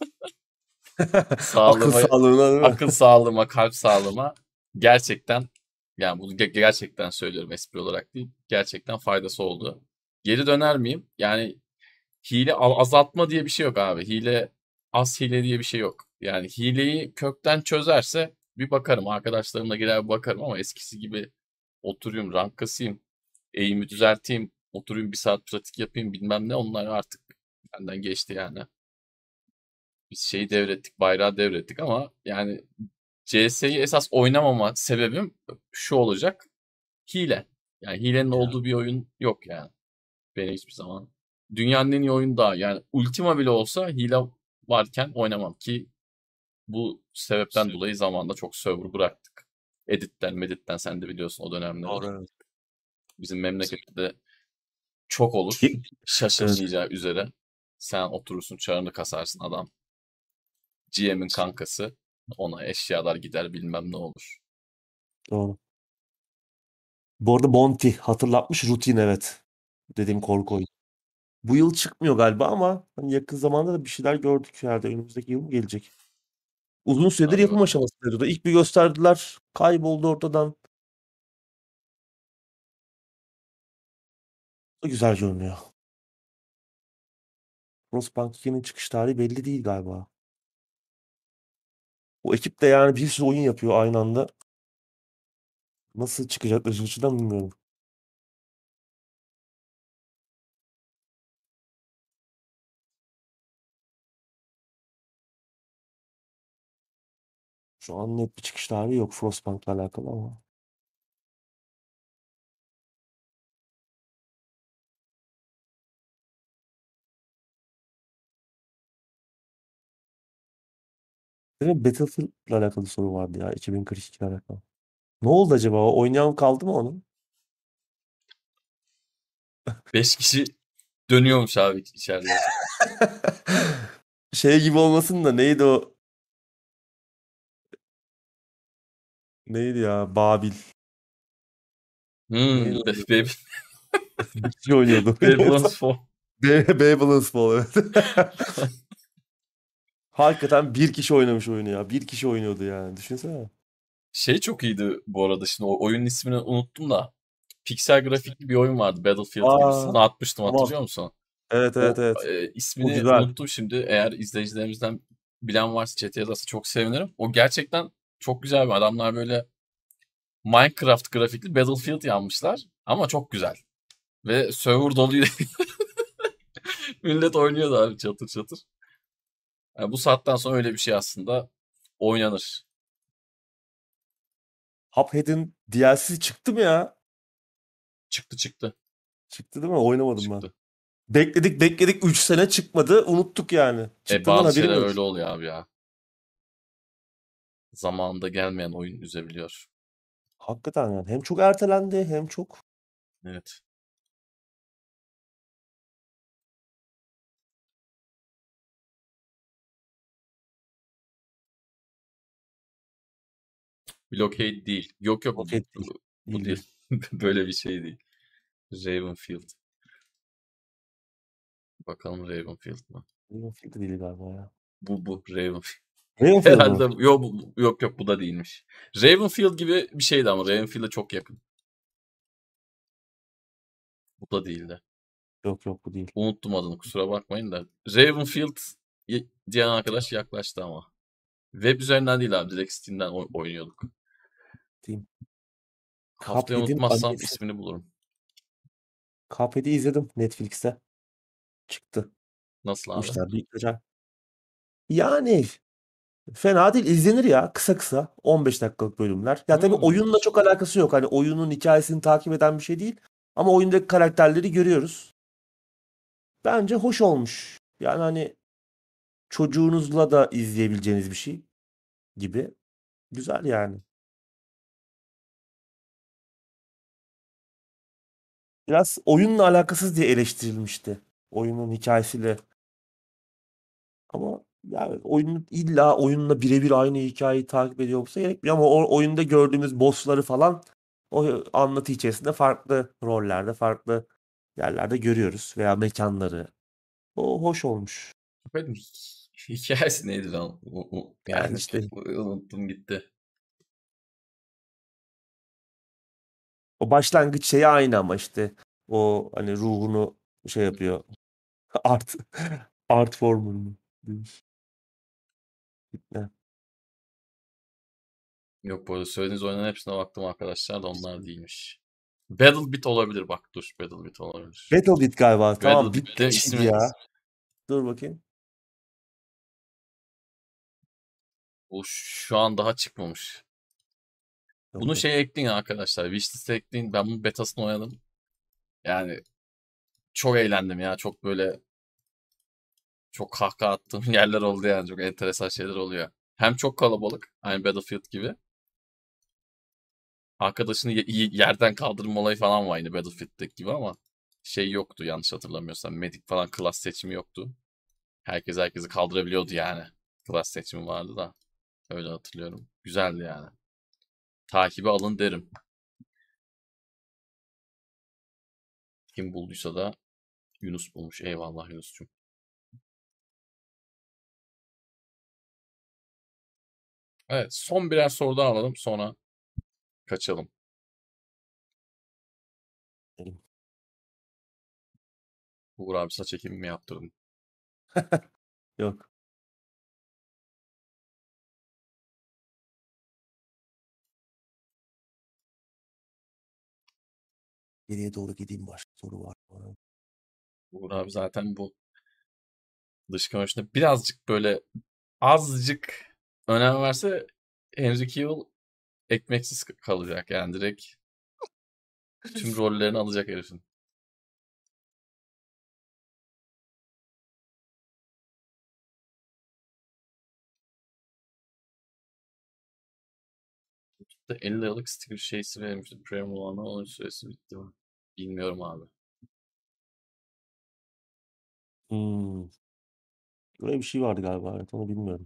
Akıl sağlığıma, sağlığına değil mi? akıl sağlığıma, kalp sağlığıma gerçekten yani bunu ge- gerçekten söylüyorum espri olarak değil. Gerçekten faydası oldu. Geri döner miyim? Yani hile al- azaltma diye bir şey yok abi. Hile az hile diye bir şey yok. Yani hileyi kökten çözerse bir bakarım. Arkadaşlarımla girer bir bakarım ama eskisi gibi oturayım, rank kasayım, eğimi düzelteyim, oturayım bir saat pratik yapayım bilmem ne onlar artık benden geçti yani. Biz şeyi devrettik, bayrağı devrettik ama yani C S'yi esas oynamama sebebim şu olacak. Hile. Yani hilenin Ya, olduğu bir oyun yok yani. Benim hiçbir zaman. Dünyanın en iyi oyunu daha. Yani Ultima bile olsa hile varken oynamam ki bu sebepten dolayı zamanında çok server bıraktık. Editten, meditten sen de biliyorsun o dönemleri. doğru evet. Bizim memlekette de çok olur. Ki, evet, Şaşırmayacağı üzere. Sen oturursun çağrını kasarsın adam. G M'in kankası. Ona eşyalar gider bilmem ne olur. doğru. Bu arada Monty hatırlatmış rutin evet. Dediğim korku oyunu. Bu yıl çıkmıyor galiba ama hani yakın zamanda da bir şeyler gördük herhalde. Önümüzdeki yıl mı gelecek? Uzun süredir Hadi yapım bakalım. aşamasındaydı. O da İlk bir gösterdiler. Kayboldu ortadan. O da güzel görünüyor. Frostpunk ikinin çıkış tarihi belli değil galiba. O ekip de yani bir sürü oyun yapıyor aynı anda. Nasıl çıkacak işin içinden bilmiyorum. Şu an net bir çıkış tarihi yok Frostpunk'la alakalı ama. Benim Battlefield'la alakalı soru vardı ya iki bin kırk iki ile alakalı. Ne oldu acaba? O oynayan kaldı mı onun? Beş kişi dönüyormuş abi içeride. Şey gibi olmasın da neydi o? Neydi ya? Babil. Hmm, Neydi o? Baby, Bir kişi oynuyordu. Babylon's Fall. Be Babylon's Fall evet. Hakikaten bir kişi oynamış oyunu ya. Bir kişi oynuyordu yani. Düşünsene. Şey çok iyiydi bu arada, şimdi o oyunun ismini unuttum da. Piksel grafikli bir oyun vardı, Battlefield gibi. Aa, Sana atmıştım, tamam. hatırlıyor musun? Evet evet O evet. e, O ismini güzel. unuttum şimdi. Eğer izleyicilerimizden bilen varsa chat'e yazarsa çok sevinirim. O gerçekten çok güzel bir, adamlar böyle Minecraft grafikli Battlefield yapmışlar. Ama çok güzel. Ve server doluydu. Millet oynuyordu abi çatır çatır. Yani bu saatten sonra öyle bir şey aslında oynanır. Cuphead'in D L C'si çıktı mı ya? Çıktı çıktı. Çıktı değil mi? Oynamadım ben. Çıktı. Bekledik bekledik üç sene çıkmadı. Unuttuk yani. E Çıktığından bazı haberim şeyler yok. öyle oluyor abi ya. Zamanında gelmeyen oyun üzebiliyor. Hakikaten yani. Hem çok ertelendi hem çok Evet. Blockade değil. Yok yok, bu, roket değil. bu Değil değil. değil. Böyle bir şey değil. Ravenfield. Bakalım Ravenfield mı? Battlefield değil galiba ya. Bu bu Ravenfield. Battlefield Herhalde mı? yok bu- yok yok, bu da değilmiş. Ravenfield gibi bir şeydi ama Ravenfield'e çok yakın. Bu da değildi. Yok yok bu değil. Unuttum adını, kusura bakmayın da. Ravenfield y- diyen arkadaş yaklaştı ama. Web üzerinden değil abi, direkt Steam'den oy- oynuyorduk. Diyeyim. Haftaya Cuphead'in unutmazsam animesi. ismini bulurum. Cuphead'i izledim Netflix'te. Çıktı. Nasıl abi? İşler bir güzel. Yani fena değil. İzlenir ya. Kısa kısa. on beş dakikalık bölümler. Ya tabii Hmm. oyunla çok alakası yok. Hani oyunun hikayesini takip eden bir şey değil. Ama oyundaki karakterleri görüyoruz. Bence hoş olmuş. Yani hani çocuğunuzla da izleyebileceğiniz bir şey gibi. Güzel yani. Biraz oyunla alakasız diye eleştirilmişti. Oyunun hikayesiyle. Ama yani oyunun illa oyunla birebir aynı hikayeyi takip ediyor olsa gerekmiyor. Ama o oyunda gördüğümüz bossları falan o anlatı içerisinde farklı rollerde, farklı yerlerde görüyoruz. Veya mekanları. O hoş olmuş. Benim hikayesi neydi lan? U- u- Yani Yani işte unuttum gitti. o başlangıç şeyi aynı ama işte o hani ruhunu şey yapıyor. Art art formunu. Ne? Yok, bu arada söylediğiniz oyunların hepsine baktım arkadaşlar da onlar değilmiş. BattleBit olabilir, bak dur, BattleBit olabilir. BattleBit galiba. Tamam bit BattleBit'te kişiydi ismi, ya. Dur bakayım. bu şu an daha çıkmamış. Yok Bunu yok. şeye ekleyin arkadaşlar. Wishlist'e ekleyin. Ben bunun betasını oynadım. Yani çok eğlendim ya. Çok böyle çok kahkaha attığım yerler oldu yani. Çok enteresan şeyler oluyor. Hem çok kalabalık. Aynı Battlefield gibi. Arkadaşını ye- y- yerden kaldırma olayı falan var aynı Battlefield'deki gibi ama şey yoktu yanlış hatırlamıyorsam. Medic falan klas seçimi yoktu. Herkes herkesi kaldırabiliyordu yani. Klas seçimi vardı da. Öyle hatırlıyorum. Güzeldi yani. Takibi alın derim. Kim bulduysa da Yunus bulmuş. Eyvallah Yunus'cum. Evet, son birer soru daha alalım, sonra kaçalım. Uğur abi saç ekimi mi yaptırdın? Yok. Geriye doğru gideyim, başka soru var mı? Uğur abi zaten bu dış görünüşünde birazcık böyle azıcık önem verse Henry Cavill ekmeksiz kalacak yani direkt tüm rollerini alacak herifin. elli liralık sticker şeysi vermişti. Premium olanı onun süresi bitti mi? Bilmiyorum abi. Hmm. Böyle bir şey vardı galiba. Evet, onu bilmiyorum.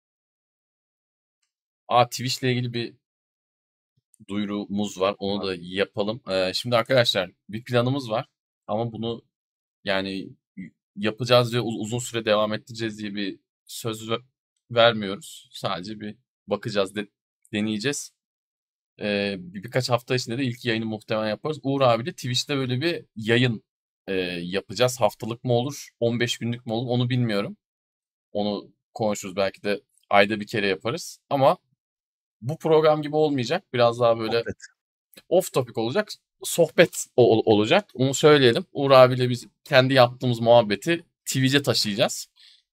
Aa, Twitch'le ilgili bir duyurumuz var. Onu da yapalım. Ee, şimdi arkadaşlar bir planımız var. Ama bunu yani yapacağız ve uz- uzun süre devam ettireceğiz diye bir söz ve- vermiyoruz. Sadece bir bakacağız, de- deneyeceğiz. Ee, bir, birkaç hafta içinde de ilk yayını muhtemelen yaparız. Uğur abiyle Twitch'te böyle bir yayın e, yapacağız. Haftalık mı olur, on beş günlük mü olur onu bilmiyorum. Onu konuşuruz. Belki de ayda bir kere yaparız. Ama bu program gibi olmayacak. Biraz daha böyle Sohbet. off topic olacak. Sohbet ol- olacak. Onu söyleyelim. Uğur abiyle biz kendi yaptığımız muhabbeti Twitch'e taşıyacağız.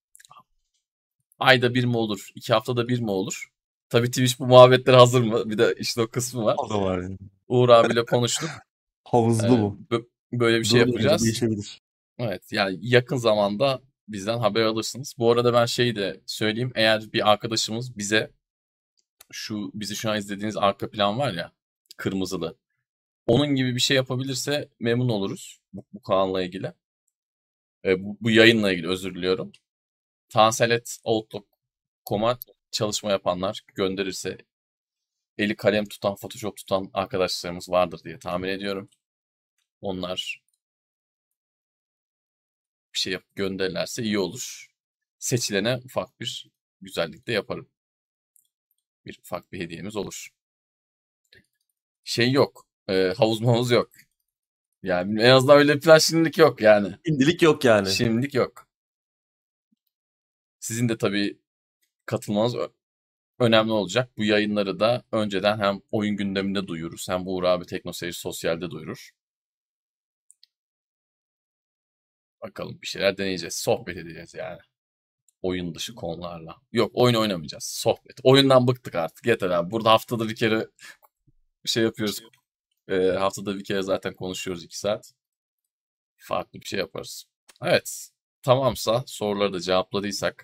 Ayda bir mi olur? İki haftada bir mi olur? Tabii Twitch bu muhabbetlere hazır mı? Bir de işte o kısmı var. O da var yani. Uğur abiyle konuştuk. Havuzlu Ee, bu. bö- böyle bir şey Duruma göre yapacağız. değişebilir. Evet, yani yakın zamanda bizden haber alırsınız. Bu arada ben şeyi de söyleyeyim. Eğer bir arkadaşımız bize şu bizi şu an izlediğiniz arka plan var ya, kırmızılı. Onun gibi bir şey yapabilirse memnun oluruz bu, bu kanalla ilgili. Ee, bu, bu yayınla ilgili özür diliyorum. Tanselet Outlook nokta com'a çalışma yapanlar gönderirse eli kalem tutan, Photoshop tutan arkadaşlarımız vardır diye tahmin ediyorum. Onlar bir şey yapıp gönderirlerse iyi olur. Seçilene ufak bir güzellik de yaparım. Bir ufak bir hediyemiz olur. Şey yok. E, havuz mavuz yok. Yani en azından öyle bir plan şimdilik yok yani. Şimdilik yok yani. Şimdilik yok. Sizin de tabii katılmanız ö- önemli olacak. Bu yayınları da önceden hem oyun gündeminde duyururuz hem Uğur abi TeknoSeyir Sosyal'de duyurur. Bakalım bir şeyler deneyeceğiz. Sohbet edeceğiz yani. Oyun dışı konularla. Yok, oyun oynamayacağız. Sohbet. Oyundan bıktık artık. Yeter abi. Burada haftada bir kere bir şey yapıyoruz. Ee, haftada bir kere zaten konuşuyoruz iki saat. Farklı bir şey yaparız. Evet. Tamamsa soruları da cevapladıysak.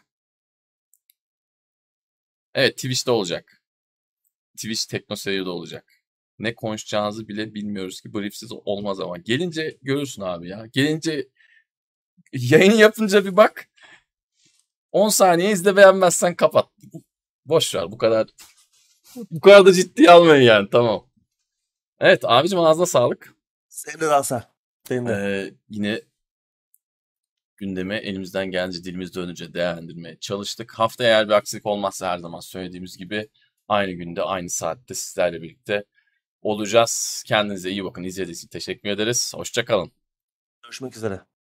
Evet, Twitch'te olacak. Twitch TeknoSeyir'de olacak. Ne konuşacağınızı bile bilmiyoruz ki briefsiz olmaz ama. Gelince görürsün abi ya. Gelince yayın yapınca bir bak. on saniye izle, beğenmezsen kapat. Boş ver, bu kadar. Bu kadar da ciddiye almayın yani, tamam. Evet abicim, ağzına sağlık. Senin de Hasan. Senin de. Ee, yine gündeme elimizden gelince dilimiz dönünce değerlendirmeye çalıştık. Hafta eğer bir aksilik olmazsa her zaman söylediğimiz gibi aynı günde aynı saatte sizlerle birlikte olacağız. Kendinize iyi bakın. İzlediğiniz için teşekkür ederiz. Hoşça kalın. Görüşmek üzere.